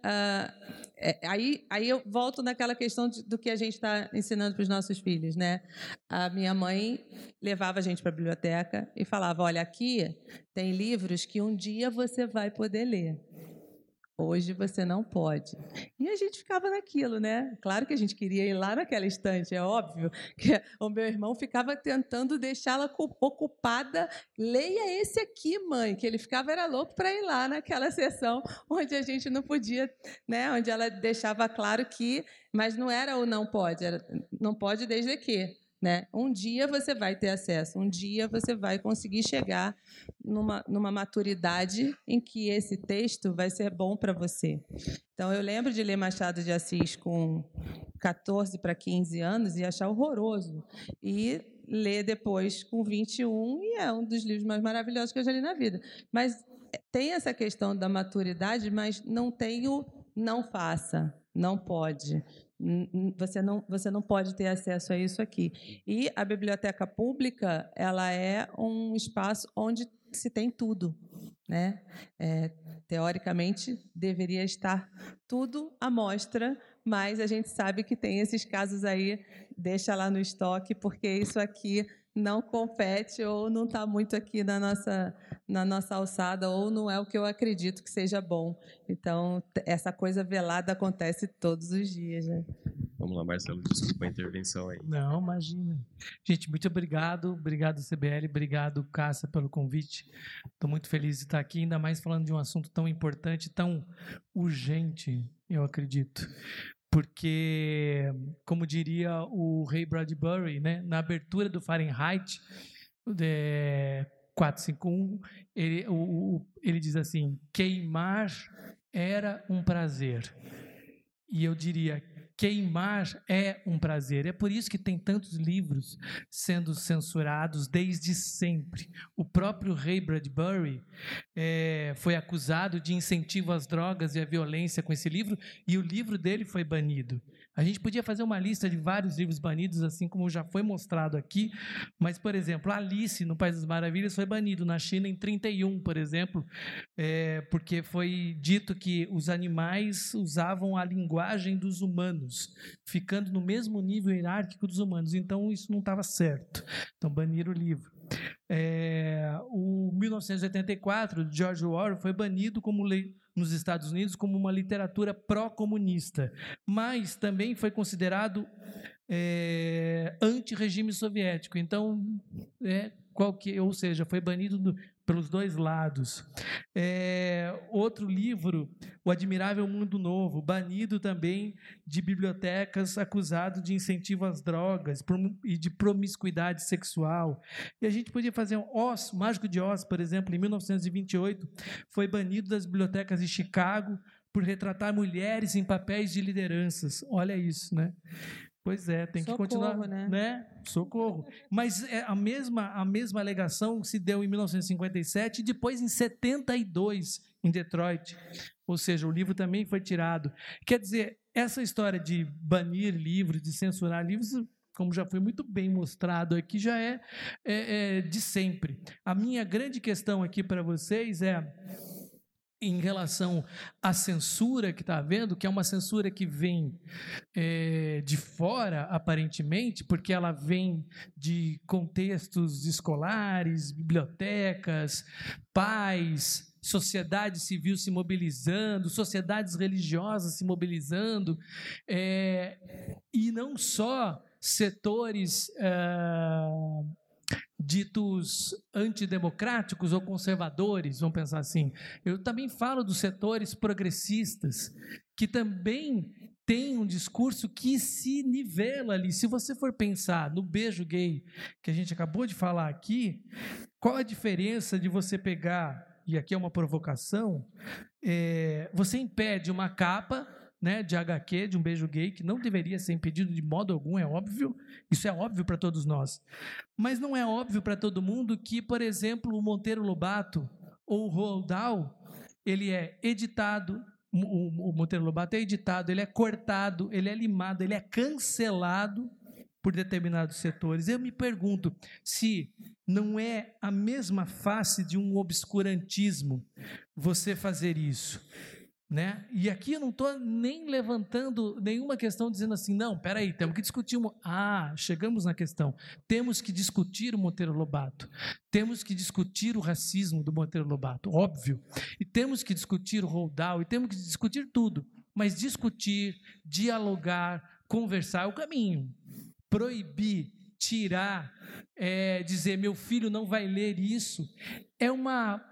E: aí eu volto naquela questão do que a gente está ensinando para os nossos filhos, né? A minha mãe levava a gente para a biblioteca e falava, olha, aqui tem livros que um dia você vai poder ler. Hoje você não pode. E a gente ficava naquilo, né? Claro que a gente queria ir lá naquela estante, é óbvio que o meu irmão ficava tentando deixá-la ocupada. Leia esse aqui, mãe, que ele ficava, era louco para ir lá naquela sessão onde a gente não podia, né? Onde ela deixava claro que, mas não era o não pode, era não pode desde que, né? Um dia você vai ter acesso, um dia você vai conseguir chegar numa maturidade em que esse texto vai ser bom para você. Então, eu lembro de ler Machado de Assis com 14 para 15 anos e achar horroroso. E ler depois com 21, e é um dos livros mais maravilhosos que eu já li na vida. Mas tem essa questão da maturidade, mas não tem o não faça, não pode. Você não pode ter acesso a isso aqui. E a biblioteca pública, ela é um espaço onde se tem tudo, né? Teoricamente, deveria estar tudo à mostra, mas a gente sabe que tem esses casos aí, deixa lá no estoque, porque isso aqui não compete ou não está muito aqui na nossa alçada, ou não é o que eu acredito que seja bom. Então, essa coisa velada acontece todos os dias, né?
C: Vamos lá, Marcelo, desculpa a intervenção aí.
F: Não, imagina. Gente, muito obrigado. Obrigado, CBL. Obrigado, Cássia, pelo convite. Estou muito feliz de estar aqui, ainda mais falando de um assunto tão importante, tão urgente, eu acredito. Porque, como diria o Ray Bradbury, né, na abertura do Fahrenheit 451, ele diz assim, queimar era um prazer. E eu diria, queimar é um prazer. É por isso que tem tantos livros sendo censurados desde sempre. O próprio Ray Bradbury foi acusado de incentivo às drogas e à violência com esse livro, e o livro dele foi banido. A gente podia fazer uma lista de vários livros banidos, assim como já foi mostrado aqui, mas, por exemplo, Alice no País das Maravilhas foi banido na China em 1931, por exemplo, porque foi dito que os animais usavam a linguagem dos humanos, ficando no mesmo nível hierárquico dos humanos. Então, isso não estava certo. Então, baniram o livro. O 1984, de George Orwell, foi banido nos Estados Unidos como uma literatura pró-comunista, mas também foi considerado anti-regime soviético. Então, ou seja, foi banido pelos dois lados. Outro livro, O Admirável Mundo Novo, banido também de bibliotecas, acusado de incentivo às drogas e de promiscuidade sexual. E a gente podia fazer Oz, Mágico de Oz, por exemplo, em 1928, foi banido das bibliotecas de Chicago por retratar mulheres em papéis de lideranças. Olha isso, né? Pois é, tem que continuar, né? Socorro. Mas a mesma alegação se deu em 1957 e depois em 72 em Detroit. Ou seja, o livro também foi tirado. Quer dizer, essa história de banir livros, de censurar livros, como já foi muito bem mostrado aqui, já é de sempre. A minha grande questão aqui para vocês em relação à censura que está havendo, que é uma censura que vem de fora, aparentemente, porque ela vem de contextos escolares, bibliotecas, pais, sociedade civil se mobilizando, sociedades religiosas se mobilizando, e não só setores ditos antidemocráticos ou conservadores, vamos pensar assim. Eu também falo dos setores progressistas, que também tem um discurso que se nivela ali. Se você for pensar no beijo gay, que a gente acabou de falar aqui, qual a diferença de você pegar, e aqui é uma provocação, você impede uma capa, né, de HQ, de um beijo gay, que não deveria ser impedido de modo algum, é óbvio, isso é óbvio para todos nós. Mas não é óbvio para todo mundo que, por exemplo, o Monteiro Lobato ou o Roald Dahl, ele é editado, o Monteiro Lobato é editado, ele é cortado, ele é limado, ele é cancelado por determinados setores. Eu me pergunto se não é a mesma face de um obscurantismo você fazer isso, né? E aqui eu não estou nem levantando nenhuma questão dizendo assim, não, peraí, temos que discutir chegamos na questão, temos que discutir o Monteiro Lobato, temos que discutir o racismo do Monteiro Lobato, óbvio, e temos que discutir o Roald Dahl, e temos que discutir tudo, mas discutir, dialogar, conversar é o caminho. Proibir, tirar, dizer meu filho não vai ler isso, é uma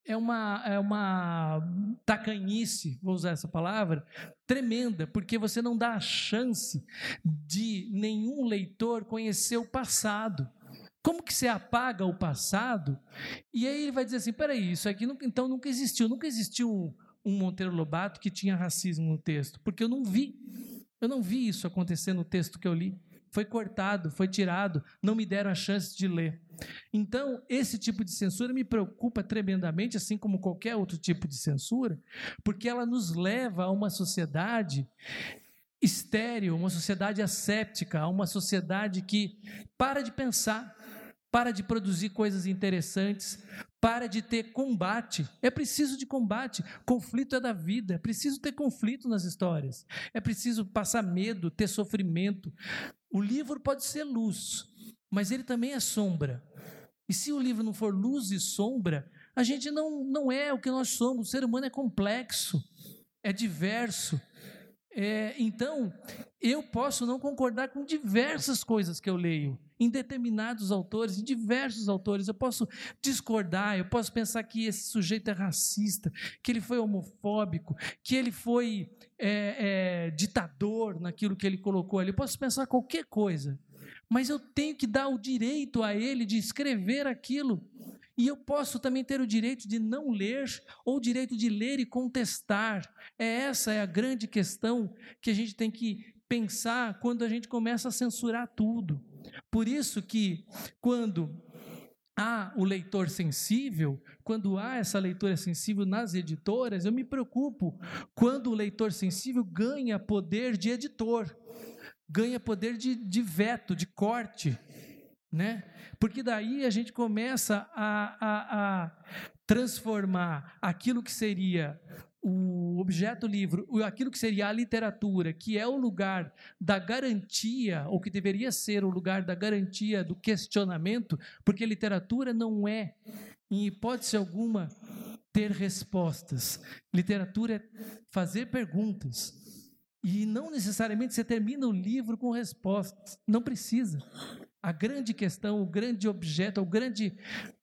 F: tacanhice, vou usar essa palavra, tremenda, porque você não dá a chance de nenhum leitor conhecer o passado. Como que você apaga o passado? E aí ele vai dizer assim, peraí, isso aqui então nunca existiu um Monteiro Lobato que tinha racismo no texto, porque eu não vi isso acontecer no texto que eu li. Foi cortado, foi tirado, não me deram a chance de ler. Então, esse tipo de censura me preocupa tremendamente, assim como qualquer outro tipo de censura, porque ela nos leva a uma sociedade estéril, uma sociedade asséptica, uma sociedade que para de pensar, para de produzir coisas interessantes, para de ter combate. É preciso de combate, conflito é da vida, é preciso ter conflito nas histórias, é preciso passar medo, ter sofrimento. O livro pode ser luz, mas ele também é sombra. E se o livro não for luz e sombra, a gente não é o que nós somos. O ser humano é complexo, é diverso. Então, eu posso não concordar com diversas coisas que eu leio, em determinados autores, em diversos autores. Eu posso discordar, eu posso pensar que esse sujeito é racista, que ele foi homofóbico, que ele foi ditador naquilo que ele colocou ali. Eu posso pensar qualquer coisa, mas eu tenho que dar o direito a ele de escrever aquilo. E eu posso também ter o direito de não ler, ou o direito de ler e contestar. Essa é a grande questão que a gente tem que pensar quando a gente começa a censurar tudo. Por isso que, quando há o leitor sensível, quando há essa leitura sensível nas editoras, eu me preocupo quando o leitor sensível ganha poder de editor, ganha poder de veto, de corte, né? Porque daí a gente começa a transformar aquilo que seria o objeto livro, aquilo que seria a literatura, que é o lugar da garantia, ou que deveria ser o lugar da garantia do questionamento, porque literatura não é, em hipótese alguma, ter respostas. Literatura é fazer perguntas. E não necessariamente você termina o livro com respostas, não precisa. A grande questão, o grande objeto,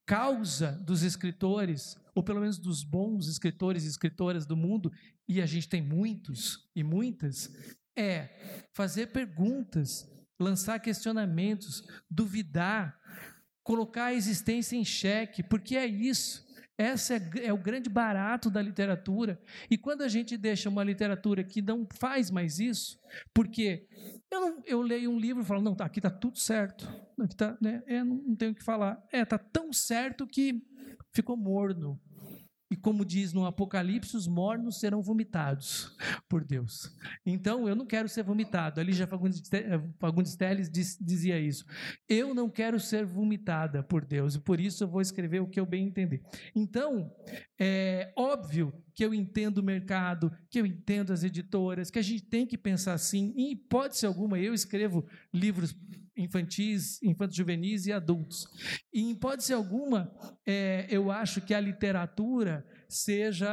F: causa dos escritores, ou pelo menos dos bons escritores e escritoras do mundo, e a gente tem muitos e muitas, é fazer perguntas, lançar questionamentos, duvidar, colocar a existência em xeque, porque é isso. Esse é o grande barato da literatura. E quando a gente deixa uma literatura que não faz mais isso, porque eu leio um livro e falo, não, aqui está tudo certo, aqui tá, né, não tenho o que falar. Está tão certo que ficou morno. E como diz no Apocalipse, os mornos serão vomitados por Deus. Então, eu não quero ser vomitado. A Lígia Fagundes Telles dizia isso. Eu não quero ser vomitada por Deus, e por isso eu vou escrever o que eu bem entender. Então, é óbvio que eu entendo o mercado, que eu entendo as editoras, que a gente tem que pensar assim. Em hipótese alguma, eu escrevo livros infantis, infanto-juvenis e adultos. E, em hipótese alguma, eu acho que a literatura, seja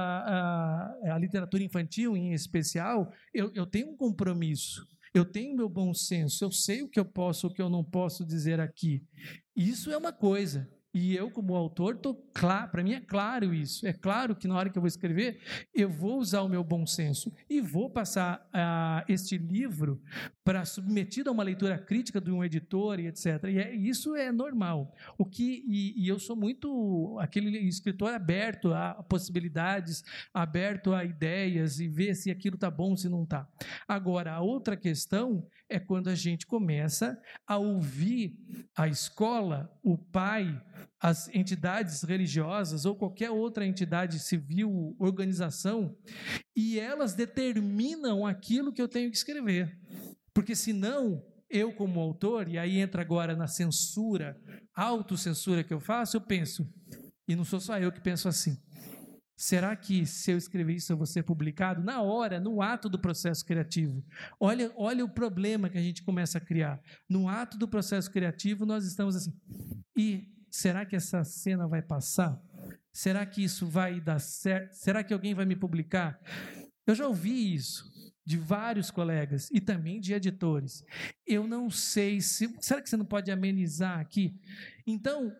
F: a literatura infantil em especial, eu tenho um compromisso, eu tenho meu bom senso, eu sei o que eu posso, o que eu não posso dizer aqui. Isso é uma coisa. E eu, como autor, para mim é claro isso. É claro que na hora que eu vou escrever, eu vou usar o meu bom senso e vou passar este livro submetido a uma leitura crítica de um editor e etc. E isso é normal. E eu sou muito aquele escritor aberto a possibilidades, aberto a ideias e ver se aquilo está bom, se não está. Agora, a outra questão é quando a gente começa a ouvir a escola, o pai, as entidades religiosas ou qualquer outra entidade civil, organização, e elas determinam aquilo que eu tenho que escrever. Porque senão, eu como autor, e aí entra agora na censura, autocensura que eu faço, eu penso, e não sou só eu que penso assim, será que se eu escrever isso eu vou ser publicado? Na hora, no ato do processo criativo. Olha o problema que a gente começa a criar. No ato do processo criativo, nós estamos assim, e será que essa cena vai passar? Será que isso vai dar certo? Será que alguém vai me publicar? Eu já ouvi isso de vários colegas e também de editores. Eu não sei se... Será que você não pode amenizar aqui? Então,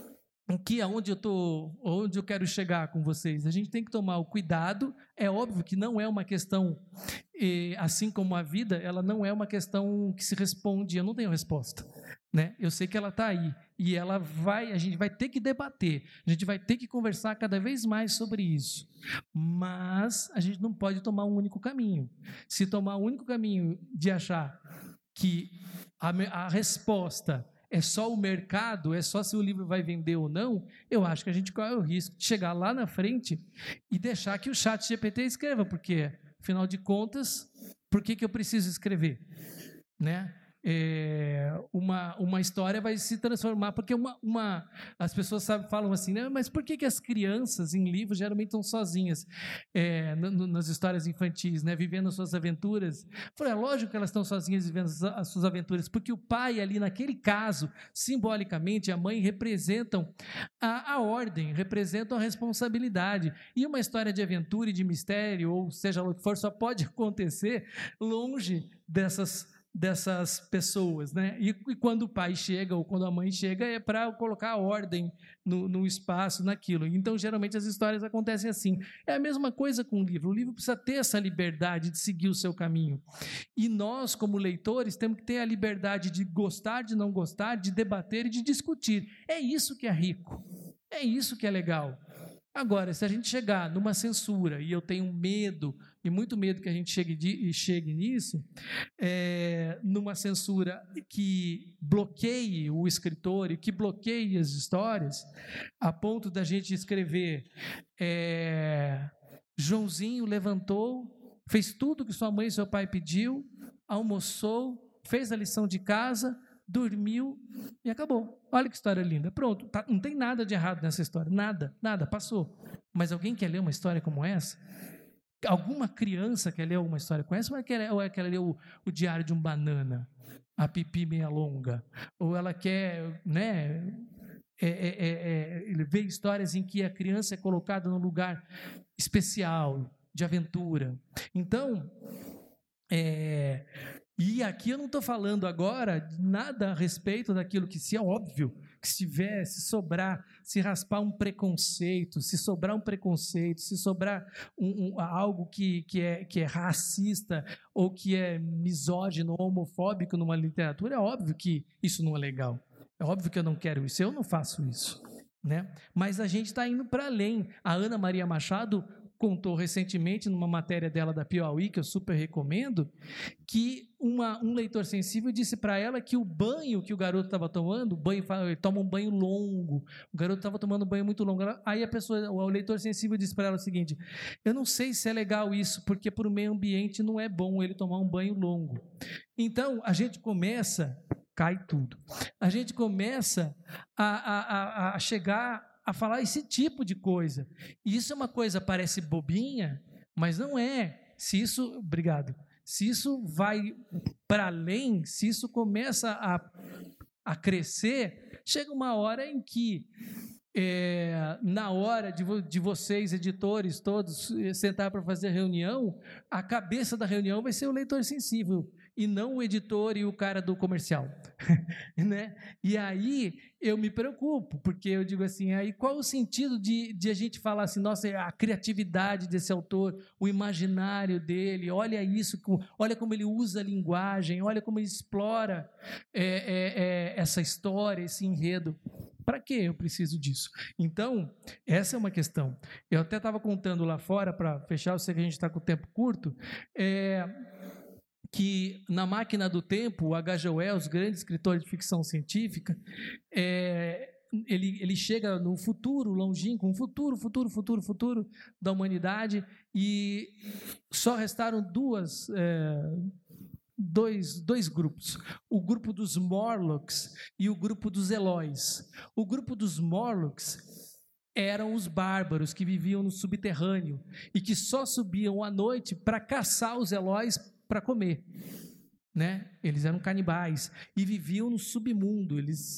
F: onde eu quero chegar com vocês? A gente tem que tomar o cuidado. É óbvio que não é uma questão, assim como a vida, ela não é uma questão que se responde, eu não tenho resposta, né? Eu sei que ela está aí, e a gente vai ter que debater, a gente vai ter que conversar cada vez mais sobre isso, mas a gente não pode tomar um único caminho. Se tomar um único caminho de achar que a resposta é só o mercado, é só se o livro vai vender ou não, eu acho que a gente corre o risco de chegar lá na frente e deixar que o ChatGPT escreva, porque, afinal de contas, por que eu preciso escrever? Né? Uma história vai se transformar, porque as pessoas falam assim, né, mas por que as crianças em livros geralmente estão sozinhas nas histórias infantis, né, vivendo as suas aventuras? É lógico que elas estão sozinhas vivendo as suas aventuras, porque o pai ali, naquele caso, simbolicamente, a mãe representam a ordem, representam a responsabilidade, e uma história de aventura e de mistério, ou seja o que for, só pode acontecer longe dessas pessoas, né? E quando o pai chega ou quando a mãe chega é para colocar ordem no espaço, naquilo. Então, geralmente, as histórias acontecem assim. É a mesma coisa com o livro. O livro precisa ter essa liberdade de seguir o seu caminho. E nós, como leitores, temos que ter a liberdade de gostar, de não gostar, de debater e de discutir. É isso que é rico. É isso que é legal. Agora, se a gente chegar numa censura, e eu tenho medo, e muito medo que a gente chegue nisso, numa censura que bloqueie o escritor e que bloqueie as histórias, a ponto da gente escrever Joãozinho levantou, fez tudo que sua mãe e seu pai pediu, almoçou, fez a lição de casa, dormiu e acabou. Olha que história linda. Pronto, não tem nada de errado nessa história. Nada, passou. Mas alguém quer ler uma história como essa? Alguma criança quer ler uma história como essa? Ou ela quer ler o Diário de um Banana, a Pipi Meia Longa? Ou ela quer, né, ver histórias em que a criança é colocada num lugar especial, de aventura? Então, E aqui eu não estou falando agora nada a respeito daquilo que, se é óbvio, que se sobrar, se raspar um preconceito, se sobrar um preconceito, se sobrar algo que é racista ou que é misógino ou homofóbico numa literatura, é óbvio que isso não é legal. É óbvio que eu não quero isso, eu não faço isso, né? Mas a gente está indo para além. A Ana Maria Machado contou recentemente, numa matéria dela da Piauí, que eu super recomendo, que um leitor sensível disse para ela que o banho que o garoto estava tomando, ele toma um banho longo, o garoto estava tomando um banho muito longo. Aí o leitor sensível disse para ela o seguinte: eu não sei se é legal isso, porque para o meio ambiente não é bom ele tomar um banho longo. Então, a gente começa, cai tudo, a gente começa a chegar a falar esse tipo de coisa. E isso é uma coisa, parece bobinha, mas não é. Se isso vai para além, se isso começa a crescer, chega uma hora em que, na hora de vocês, editores, todos, sentar para fazer reunião, a cabeça da reunião vai ser o leitor sensível, e não o editor e o cara do comercial, né? E aí eu me preocupo, porque eu digo assim, aí qual o sentido de a gente falar assim, nossa, a criatividade desse autor, o imaginário dele, olha isso, olha como ele usa a linguagem, olha como ele explora essa história, esse enredo. Para que eu preciso disso? Então, essa é uma questão. Eu até estava contando lá fora, para fechar, eu sei que a gente está com o tempo curto, que na Máquina do Tempo, o H.G. Wells, grande escritor de ficção científica, ele chega no futuro longínquo, um futuro da humanidade, e só restaram dois grupos, o grupo dos Morlocks e o grupo dos Eloys. O grupo dos Morlocks eram os bárbaros que viviam no subterrâneo e que só subiam à noite para caçar os Eloys para comer, né? Eles eram canibais e viviam no submundo,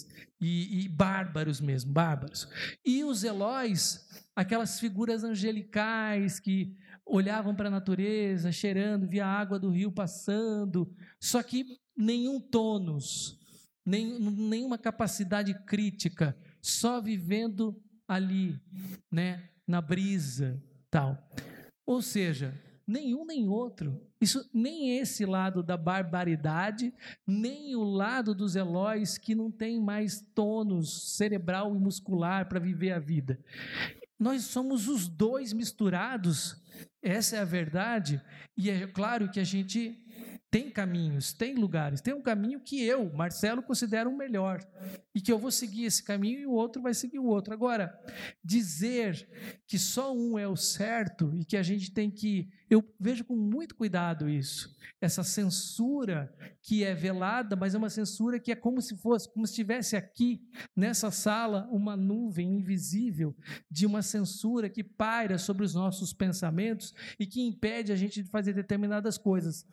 F: e bárbaros mesmo, bárbaros. E os Eloys, aquelas figuras angelicais que olhavam para a natureza, cheirando, via a água do rio passando, só que nenhum tônus, nenhuma capacidade crítica, só vivendo ali, né, na brisa, tal. Ou seja, nenhum nem outro. Isso, nem esse lado da barbaridade, nem o lado dos Eloys que não tem mais tônus cerebral e muscular para viver a vida. Nós somos os dois misturados, essa é a verdade, e é claro que a gente tem caminhos, tem lugares, tem um caminho que eu, Marcelo, considero o melhor, e que eu vou seguir esse caminho e o outro vai seguir o outro. Agora, dizer que só um é o certo e que a gente tem que... Eu vejo com muito cuidado isso, essa censura que é velada, mas é uma censura que é como se estivesse aqui, nessa sala, uma nuvem invisível de uma censura que paira sobre os nossos pensamentos e que impede a gente de fazer determinadas coisas.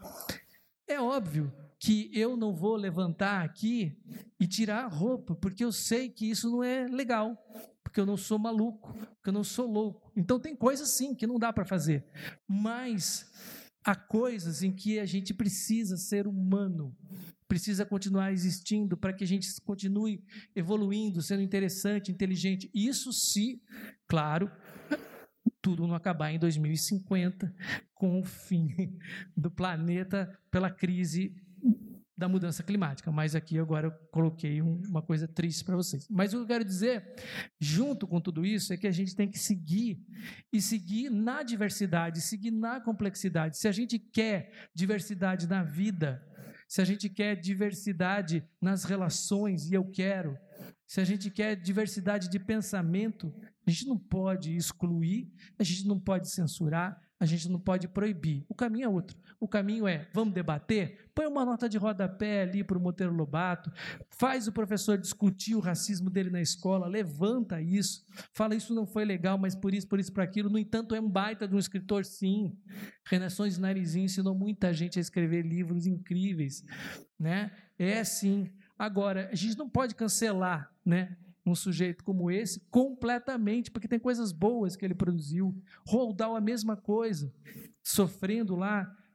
F: É óbvio que eu não vou levantar aqui e tirar a roupa, porque eu sei que isso não é legal, porque eu não sou maluco, porque eu não sou louco. Então tem coisas sim que não dá para fazer, mas há coisas em que a gente precisa ser humano, precisa continuar existindo para que a gente continue evoluindo, sendo interessante, inteligente. Isso se, claro, tudo não acabar em 2050, com o fim do planeta pela crise da mudança climática. Mas aqui agora eu coloquei uma coisa triste para vocês. Mas o que eu quero dizer, junto com tudo isso, é que a gente tem que seguir, e seguir na diversidade, seguir na complexidade. Se a gente quer diversidade na vida, se a gente quer diversidade nas relações, e eu quero, se a gente quer diversidade de pensamento, a gente não pode excluir, a gente não pode censurar, a gente não pode proibir. O caminho é outro. O caminho é, vamos debater? Põe uma nota de rodapé ali para o Monteiro Lobato, faz o professor discutir o racismo dele na escola, levanta isso, fala isso não foi legal, mas por isso, por aquilo. No entanto, é um baita de um escritor, sim. Renações Narizinho ensinou muita gente a escrever livros incríveis, né? É sim. Agora, a gente não pode cancelar, né, um sujeito como esse completamente, porque tem coisas boas que ele produziu. Roald Dahl, a mesma coisa, sofrendo lá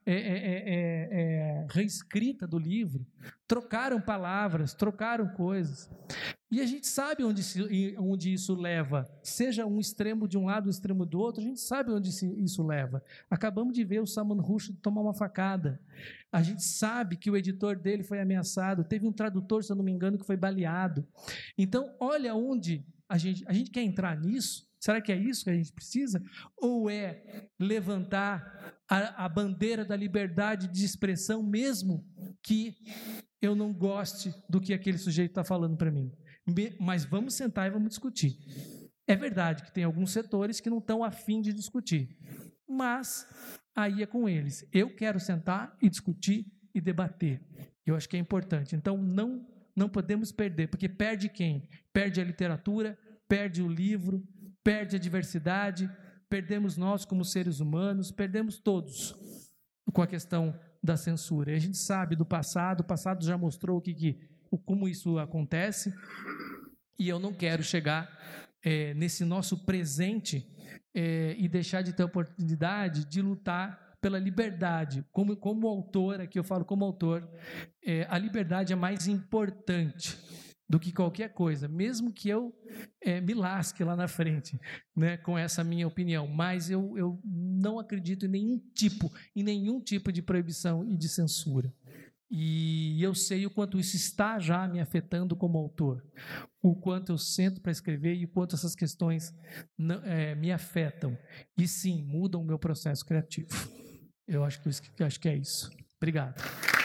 F: reescrita do livro, trocaram palavras, trocaram coisas. E a gente sabe onde isso leva, seja um extremo de um lado, um extremo do outro, a gente sabe onde isso leva. Acabamos de ver o Salman Rushdie tomar uma facada. A gente sabe que o editor dele foi ameaçado, teve um tradutor, se eu não me engano, que foi baleado. Então, olha onde a gente quer entrar nisso. Será que é isso que a gente precisa? Ou é levantar a bandeira da liberdade de expressão, mesmo que eu não goste do que aquele sujeito está falando para mim? Mas vamos sentar e vamos discutir. É verdade que tem alguns setores que não estão a fim de discutir, mas aí é com eles. Eu quero sentar e discutir e debater. Eu acho que é importante. Então, não podemos perder, porque perde quem? Perde a literatura, perde o livro, perde a diversidade, perdemos nós como seres humanos, perdemos todos com a questão da censura. E a gente sabe do passado, o passado já mostrou como isso acontece, e eu não quero chegar nesse nosso presente e deixar de ter a oportunidade de lutar pela liberdade. Como autor, aqui eu falo como autor, a liberdade é mais importante do que qualquer coisa, mesmo que eu me lasque lá na frente, né, com essa minha opinião, mas eu não acredito em nenhum tipo de proibição e de censura. E eu sei o quanto isso está já me afetando como autor, o quanto eu sento para escrever e o quanto essas questões me afetam. E sim, mudam o meu processo criativo. Eu acho que é isso. Obrigado.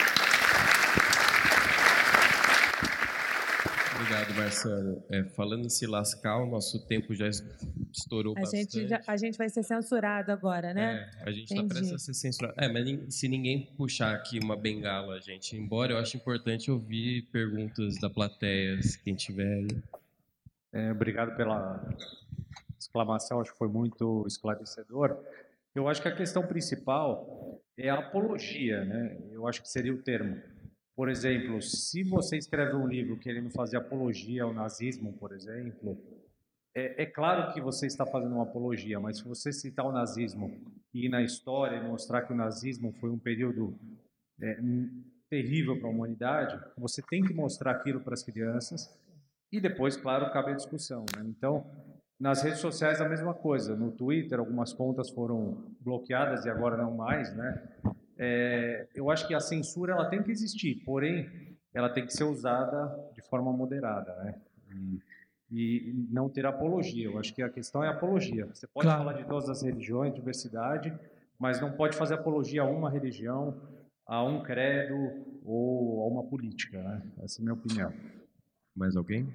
C: Obrigado, Marcelo. Falando em se lascar, o nosso tempo já estourou bastante.
E: A gente vai ser censurado agora, né?
C: A gente está prestes a ser censurado. Mas se ninguém puxar aqui uma bengala, gente, embora eu acho importante ouvir perguntas da plateia, se quem tiver aí.
G: Obrigado pela exclamação, acho que foi muito esclarecedor. Eu acho que a questão principal é a apologia, né? Eu acho que seria o termo. Por exemplo, se você escreve um livro querendo fazer apologia ao nazismo, por exemplo, é claro que você está fazendo uma apologia, mas se você citar o nazismo e ir na história e mostrar que o nazismo foi um período terrível para a humanidade, você tem que mostrar aquilo para as crianças e depois, claro, cabe a discussão, né? Então, nas redes sociais a mesma coisa. No Twitter, algumas contas foram bloqueadas e agora não mais, né? Eu acho que a censura ela tem que existir, porém ela tem que ser usada de forma moderada, né? E não ter apologia. Eu acho que a questão é a apologia. Você pode falar de todas as religiões, diversidade, mas não pode fazer apologia a uma religião, a um credo ou a uma política, né? Essa é a minha opinião.
C: Mais alguém?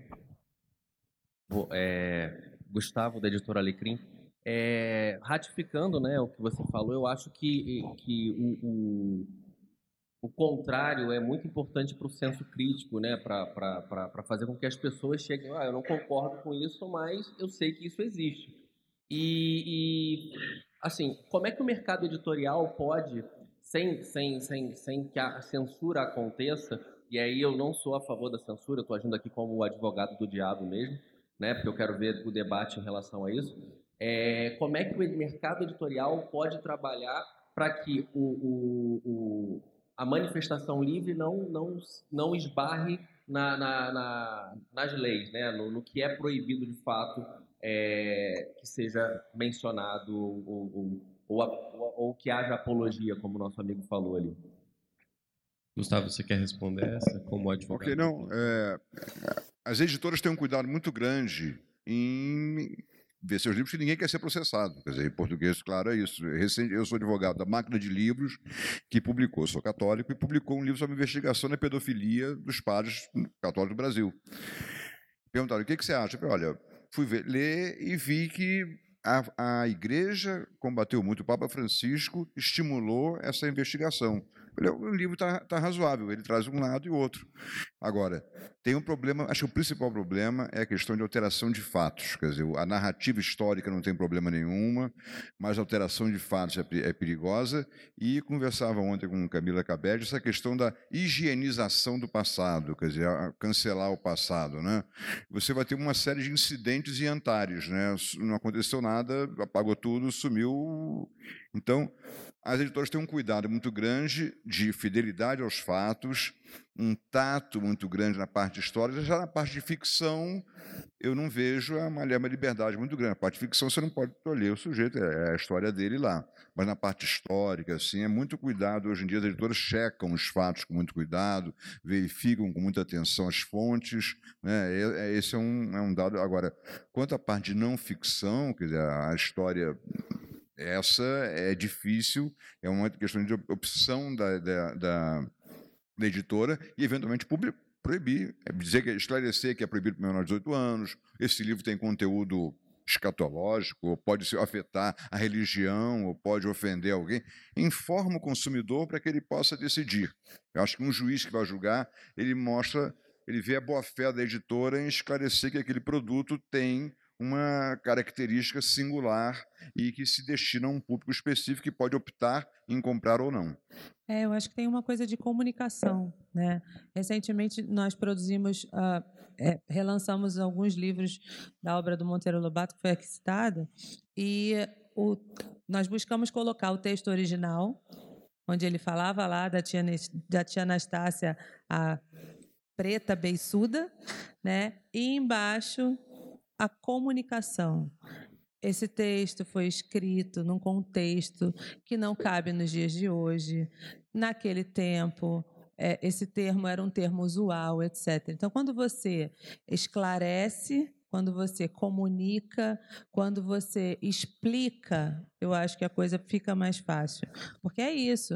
H: Gustavo, da editora Alecrim. Ratificando, né, o que você falou, eu acho que o contrário é muito importante para o senso crítico, né, para fazer com que as pessoas cheguem, eu não concordo com isso, mas eu sei que isso existe. E assim, como é que o mercado editorial pode, sem que a censura aconteça, e aí eu não sou a favor da censura, estou agindo aqui como o advogado do diabo mesmo, né, porque eu quero ver o debate em relação a isso. Como é que o mercado editorial pode trabalhar para que a manifestação livre não esbarre nas leis, né? No que é proibido de fato, que seja mencionado ou que haja apologia, como o nosso amigo falou ali.
C: Gustavo, você quer responder essa como advogado?
D: Porque não, as editoras têm um cuidado muito grande em ver seus livros, que ninguém quer ser processado. Quer dizer, em português, claro, é isso. Eu sou advogado da Máquina de Livros, que publicou, sou católico, e publicou um livro sobre investigação na pedofilia dos padres católicos do Brasil. Perguntaram, o que você acha? Eu falei, olha, fui ler e vi que a Igreja combateu muito, o Papa Francisco estimulou essa investigação. O livro está razoável, ele traz um lado e outro. Agora, tem um problema, acho que o principal problema é a questão de alteração de fatos. Quer dizer, a narrativa histórica não tem problema nenhuma, mas a alteração de fatos é perigosa. E conversava ontem com Camila Cabed essa questão da higienização do passado, quer dizer, cancelar o passado, né? Você vai ter uma série de incidentes e antares, né? Não aconteceu nada, apagou tudo, sumiu Então, as editoras têm um cuidado muito grande de fidelidade aos fatos, um tato muito grande na parte histórica. Já na parte de ficção, eu não vejo uma liberdade muito grande. Na parte de ficção, você não pode tolher o sujeito, é a história dele lá. Mas na parte histórica, assim, é muito cuidado. Hoje em dia, as editoras checam os fatos com muito cuidado, verificam com muita atenção as fontes, né? Esse é um dado. Agora, quanto à parte de não ficção, quer dizer, a história... Essa é difícil, é uma questão de opção da editora e, eventualmente, proibir, esclarecer que é proibido para menores de 18 anos, esse livro tem conteúdo escatológico, ou pode afetar a religião, ou pode ofender alguém. Informa o consumidor para que ele possa decidir. Eu acho que um juiz que vai julgar, ele vê a boa-fé da editora em esclarecer que aquele produto tem uma característica singular e que se destina a um público específico que pode optar em comprar ou não.
E: Eu acho que tem uma coisa de comunicação, né? Recentemente nós relançamos alguns livros da obra do Monteiro Lobato, que foi aqui citada, e nós buscamos colocar o texto original, onde ele falava lá da tia Anastácia, a preta beiçuda, né? E embaixo a comunicação. Esse texto foi escrito num contexto que não cabe nos dias de hoje. Naquele tempo, esse termo era um termo usual, etc. Então, quando você esclarece, quando você comunica, quando você explica, eu acho que a coisa fica mais fácil. Porque é isso.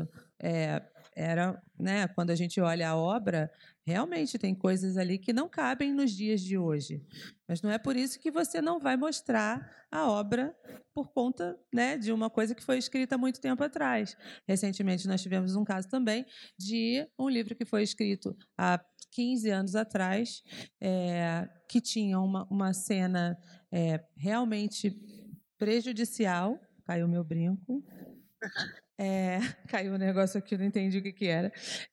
E: Né, quando a gente olha a obra, realmente tem coisas ali que não cabem nos dias de hoje. Mas não é por isso que você não vai mostrar a obra por conta, né, de uma coisa que foi escrita há muito tempo atrás. Recentemente, nós tivemos um caso também de um livro que foi escrito há 15 anos atrás, que tinha uma cena realmente prejudicial. Caiu meu brinco. Caiu um negócio aqui, não entendi o que era.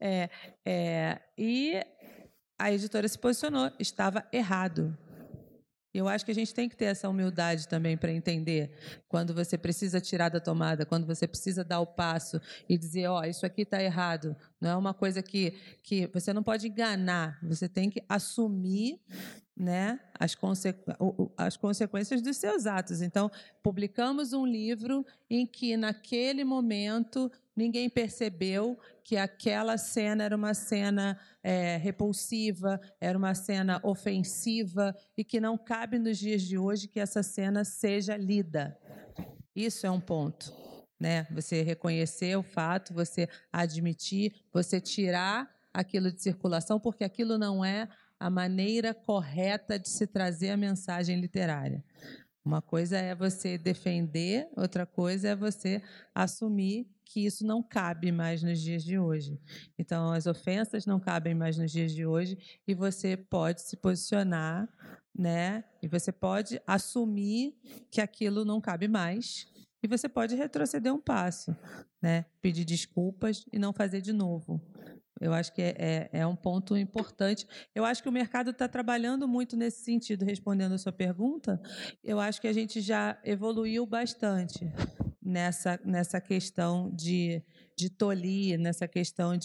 E: E a editora se posicionou, estava errado. Eu acho que a gente tem que ter essa humildade também para entender quando você precisa tirar da tomada, quando você precisa dar o passo e dizer, isso aqui está errado. Não é uma coisa que você não pode enganar, você tem que assumir, né, as consequências dos seus atos. Então, publicamos um livro em que, naquele momento, ninguém percebeu que aquela cena era uma cena repulsiva, era uma cena ofensiva e que não cabe nos dias de hoje que essa cena seja lida. Isso é um ponto, né? Você reconhecer o fato, você admitir, você tirar aquilo de circulação, porque aquilo não é a maneira correta de se trazer a mensagem literária. Uma coisa é você defender, outra coisa é você assumir que isso não cabe mais nos dias de hoje. Então, as ofensas não cabem mais nos dias de hoje e você pode se posicionar, né? E você pode assumir que aquilo não cabe mais e você pode retroceder um passo, né? Pedir desculpas e não fazer de novo. Eu acho que é um ponto importante. Eu acho que o mercado está trabalhando muito nesse sentido, respondendo a sua pergunta. Eu acho que a gente já evoluiu bastante nessa questão de tolir, nessa questão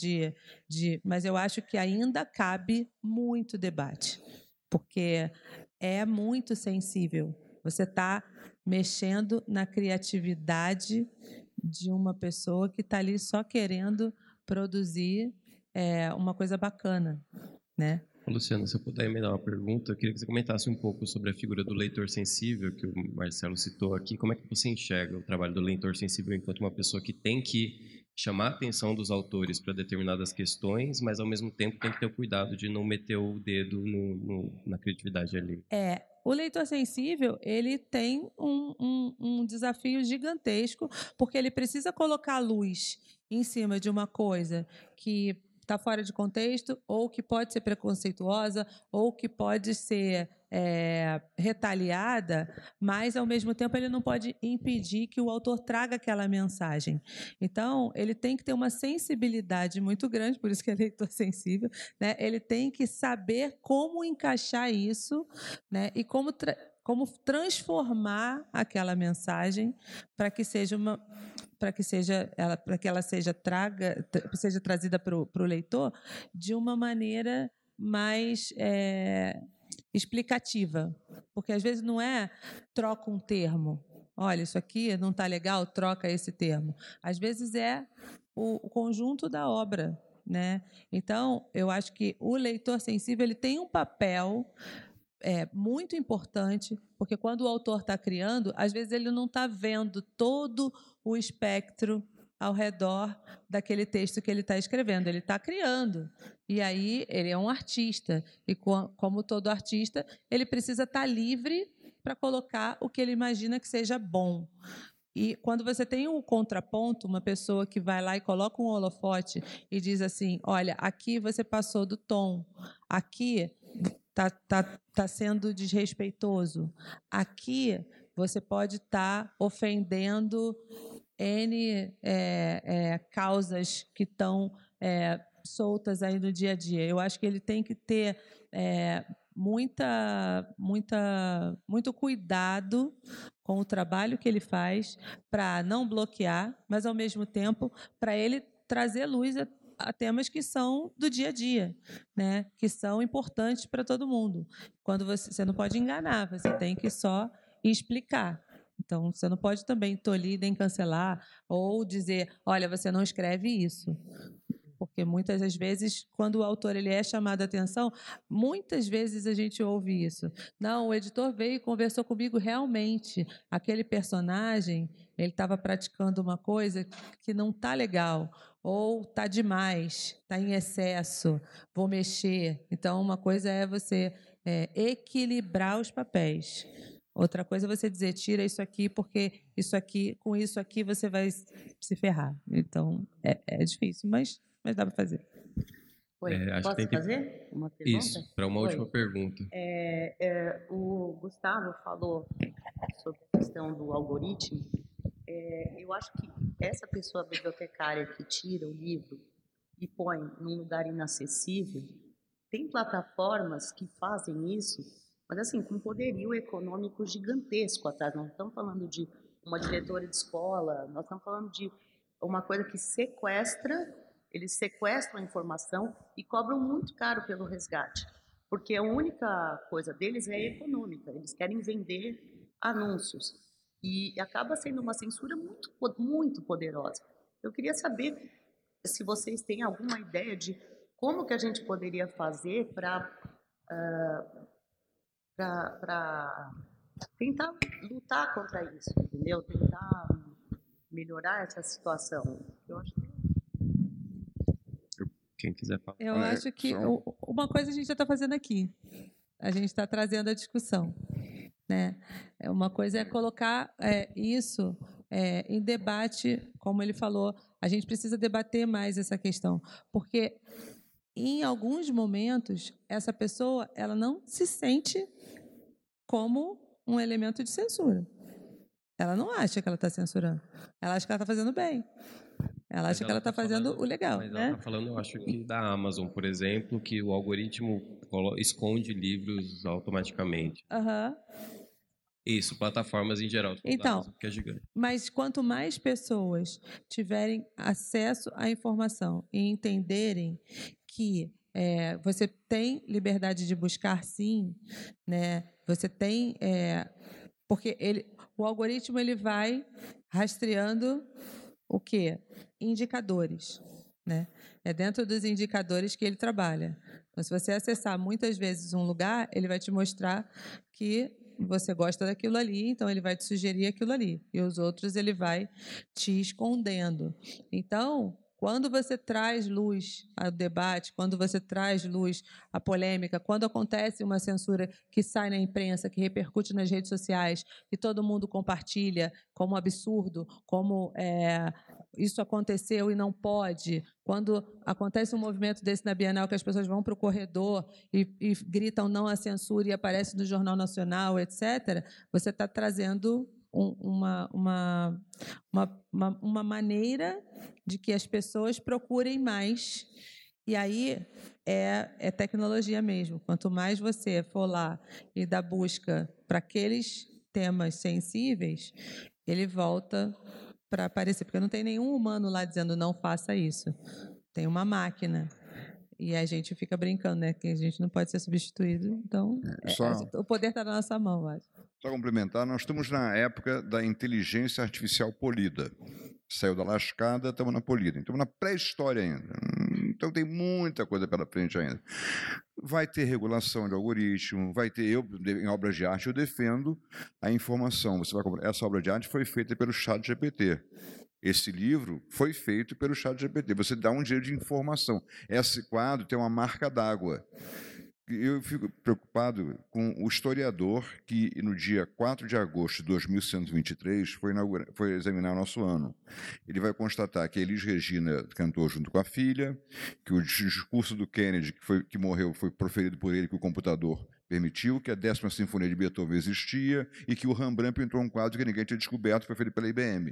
E: mas eu acho que ainda cabe muito debate, porque é muito sensível. Você está mexendo na criatividade de uma pessoa que está ali só querendo produzir uma coisa bacana, né?
C: Luciana, se eu puder me dar uma pergunta, eu queria que você comentasse um pouco sobre a figura do leitor sensível, que o Marcelo citou aqui. Como é que você enxerga o trabalho do leitor sensível enquanto uma pessoa que tem que chamar a atenção dos autores para determinadas questões, mas, ao mesmo tempo, tem que ter o cuidado de não meter o dedo na criatividade ali?
E: O leitor sensível, ele tem um desafio gigantesco, porque ele precisa colocar a luz em cima de uma coisa que está fora de contexto, ou que pode ser preconceituosa, ou que pode ser retaliada, mas, ao mesmo tempo, ele não pode impedir que o autor traga aquela mensagem. Então, ele tem que ter uma sensibilidade muito grande, por isso que é leitor sensível, né? Ele tem que saber como encaixar isso, né? E como como transformar aquela mensagem para que ela seja trazida para o leitor de uma maneira mais explicativa, porque às vezes não é troca um termo. Olha, isso aqui não está legal, troca esse termo. Às vezes é o conjunto da obra, né? Então, eu acho que o leitor sensível ele tem um papel muito importante, porque quando o autor está criando, às vezes ele não está vendo todo o espectro ao redor daquele texto que ele está escrevendo. Ele está criando. E aí ele é um artista. E como todo artista, ele precisa estar livre para colocar o que ele imagina que seja bom. E quando você tem um contraponto, uma pessoa que vai lá e coloca um holofote e diz assim, olha, aqui você passou do tom, aqui está sendo desrespeitoso, aqui você pode estar ofendendo N causas que estão soltas aí no dia a dia. Eu acho que ele tem que ter muito cuidado com o trabalho que ele faz para não bloquear, mas, ao mesmo tempo, para ele trazer luz a temas que são do dia a dia, né? Que são importantes para todo mundo. Quando você não pode enganar, você tem que só explicar. Então, você não pode também tolir nem cancelar ou dizer, olha, você não escreve isso. Porque muitas das vezes, quando o autor ele é chamado a atenção, muitas vezes a gente ouve isso. Não, o editor veio e conversou comigo realmente. Aquele personagem, ele estava praticando uma coisa que não está legal, ou está demais, está em excesso, vou mexer. Então, uma coisa é você equilibrar os papéis. Outra coisa é você dizer, tira isso aqui, porque com isso aqui você vai se ferrar. Então, é difícil, mas dá para fazer.
I: Oi, posso fazer uma pergunta?
C: Isso, para uma última pergunta.
I: O Gustavo falou sobre a questão do algoritmo. Eu acho que essa pessoa bibliotecária que tira o livro e põe num lugar inacessível, tem plataformas que fazem isso, mas assim, com poderio econômico gigantesco atrás. Nós não estamos falando de uma diretora de escola, nós estamos falando de uma coisa que eles sequestram a informação e cobram muito caro pelo resgate, porque a única coisa deles é econômica, eles querem vender anúncios, e acaba sendo uma censura muito, muito poderosa. Eu queria saber se vocês têm alguma ideia de como que a gente poderia fazer para tentar lutar contra isso, entendeu? Tentar melhorar essa situação. Eu acho que
C: quem quiser falar.
E: Eu acho que uma coisa a gente já está fazendo aqui. A gente está trazendo a discussão, né? Uma coisa é colocar isso em debate, como ele falou. A gente precisa debater mais essa questão, porque em alguns momentos essa pessoa ela não se sente como um elemento de censura. Ela não acha que ela está censurando. Ela acha que ela está fazendo bem. Ela acha que ela está fazendo o legal.
C: Mas
E: né?
C: ela está falando, eu acho que da Amazon, por exemplo, que o algoritmo esconde livros automaticamente.
E: Uhum.
C: Isso, plataformas em geral.
E: Então,
C: Amazon, que é gigante.
E: Mas quanto mais pessoas tiverem acesso à informação e entenderem que você tem liberdade de buscar, sim, né? Você tem... porque o algoritmo ele vai rastreando o quê? Indicadores, né? É dentro dos indicadores que ele trabalha. Então, se você acessar muitas vezes um lugar, ele vai te mostrar que você gosta daquilo ali, então ele vai te sugerir aquilo ali. E os outros ele vai te escondendo. Então, quando você traz luz ao debate, quando você traz luz à polêmica, quando acontece uma censura que sai na imprensa, que repercute nas redes sociais, que todo mundo compartilha como absurdo, como isso aconteceu e não pode, quando acontece um movimento desse na Bienal, que as pessoas vão para o corredor e gritam não à censura e aparece no Jornal Nacional, etc., você está trazendo uma maneira de que as pessoas procurem mais. E aí é tecnologia mesmo. Quanto mais você for lá e dar busca para aqueles temas sensíveis, ele volta para aparecer, porque não tem nenhum humano lá dizendo não faça isso. Tem uma máquina. E a gente fica brincando, né? Que a gente não pode ser substituído. Então, o poder está na nossa mão, acho.
D: Só complementar, nós estamos na época da inteligência artificial polida. Saiu da lascada, estamos na polida. Estamos na pré-história ainda. Então tem muita coisa pela frente ainda. Vai ter regulação de algoritmo, vai ter, em obras de arte eu defendo a informação. Você vai comprar, essa obra de arte foi feita pelo ChatGPT. Esse livro foi feito pelo ChatGPT. Você dá um dinheiro de informação. Esse quadro tem uma marca d'água. Eu fico preocupado com o historiador que, no dia 4 de agosto de 2123, foi examinar o nosso ano. Ele vai constatar que Elis Regina cantou junto com a filha, que o discurso do Kennedy, que morreu, foi proferido por ele, que o computador permitiu, que a 10ª Sinfonia de Beethoven existia e que o Rembrandt pintou um quadro que ninguém tinha descoberto, foi feito pela IBM.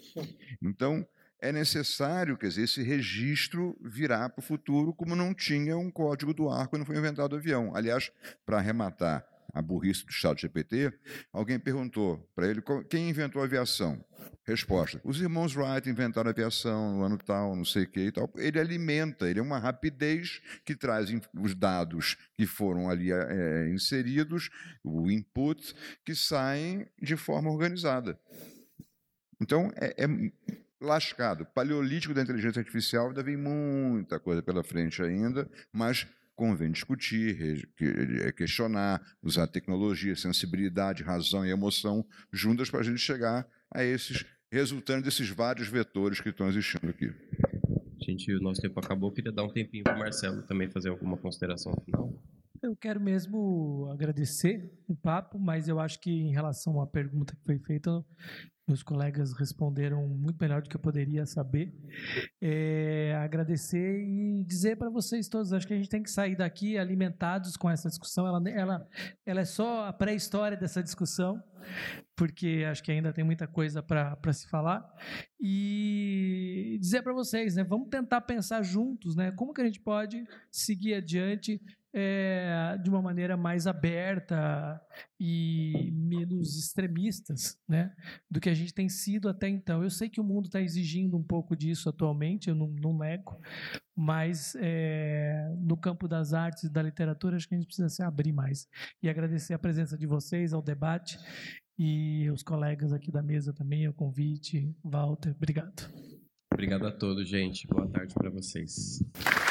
D: Então, é necessário, quer dizer, esse registro virar para o futuro, como não tinha um código do ar quando foi inventado o avião. Aliás, para arrematar a burrice do ChatGPT, alguém perguntou para ele quem inventou a aviação. Resposta: os irmãos Wright inventaram a aviação no ano tal, não sei o que e tal. Ele alimenta, ele é uma rapidez que traz os dados que foram ali inseridos, o input, que saem de forma organizada. Então, é lascado. Paleolítico da inteligência artificial ainda vem muita coisa pela frente ainda, mas convém discutir, questionar, usar tecnologia, sensibilidade, razão e emoção juntas para a gente chegar a esses resultantes desses vários vetores que estão existindo aqui.
C: Gente, o nosso tempo acabou. Queria dar um tempinho para o Marcelo também fazer alguma consideração final.
F: Eu quero mesmo agradecer o papo, mas eu acho que em relação à pergunta que foi feita, meus colegas responderam muito melhor do que eu poderia saber. Agradecer e dizer para vocês todos, acho que a gente tem que sair daqui alimentados com essa discussão. Ela é só a pré-história dessa discussão, porque acho que ainda tem muita coisa para se falar. E dizer para vocês, né, vamos tentar pensar juntos, né, como que a gente pode seguir adiante de uma maneira mais aberta e menos extremistas, né, do que a gente tem sido até então. Eu sei que o mundo está exigindo um pouco disso atualmente, eu não nego, mas no campo das artes e da literatura acho que a gente precisa se abrir mais. E agradecer a presença de vocês ao debate e os colegas aqui da mesa também, o convite. Walter, obrigado.
C: Obrigado a todos, gente. Boa tarde para vocês.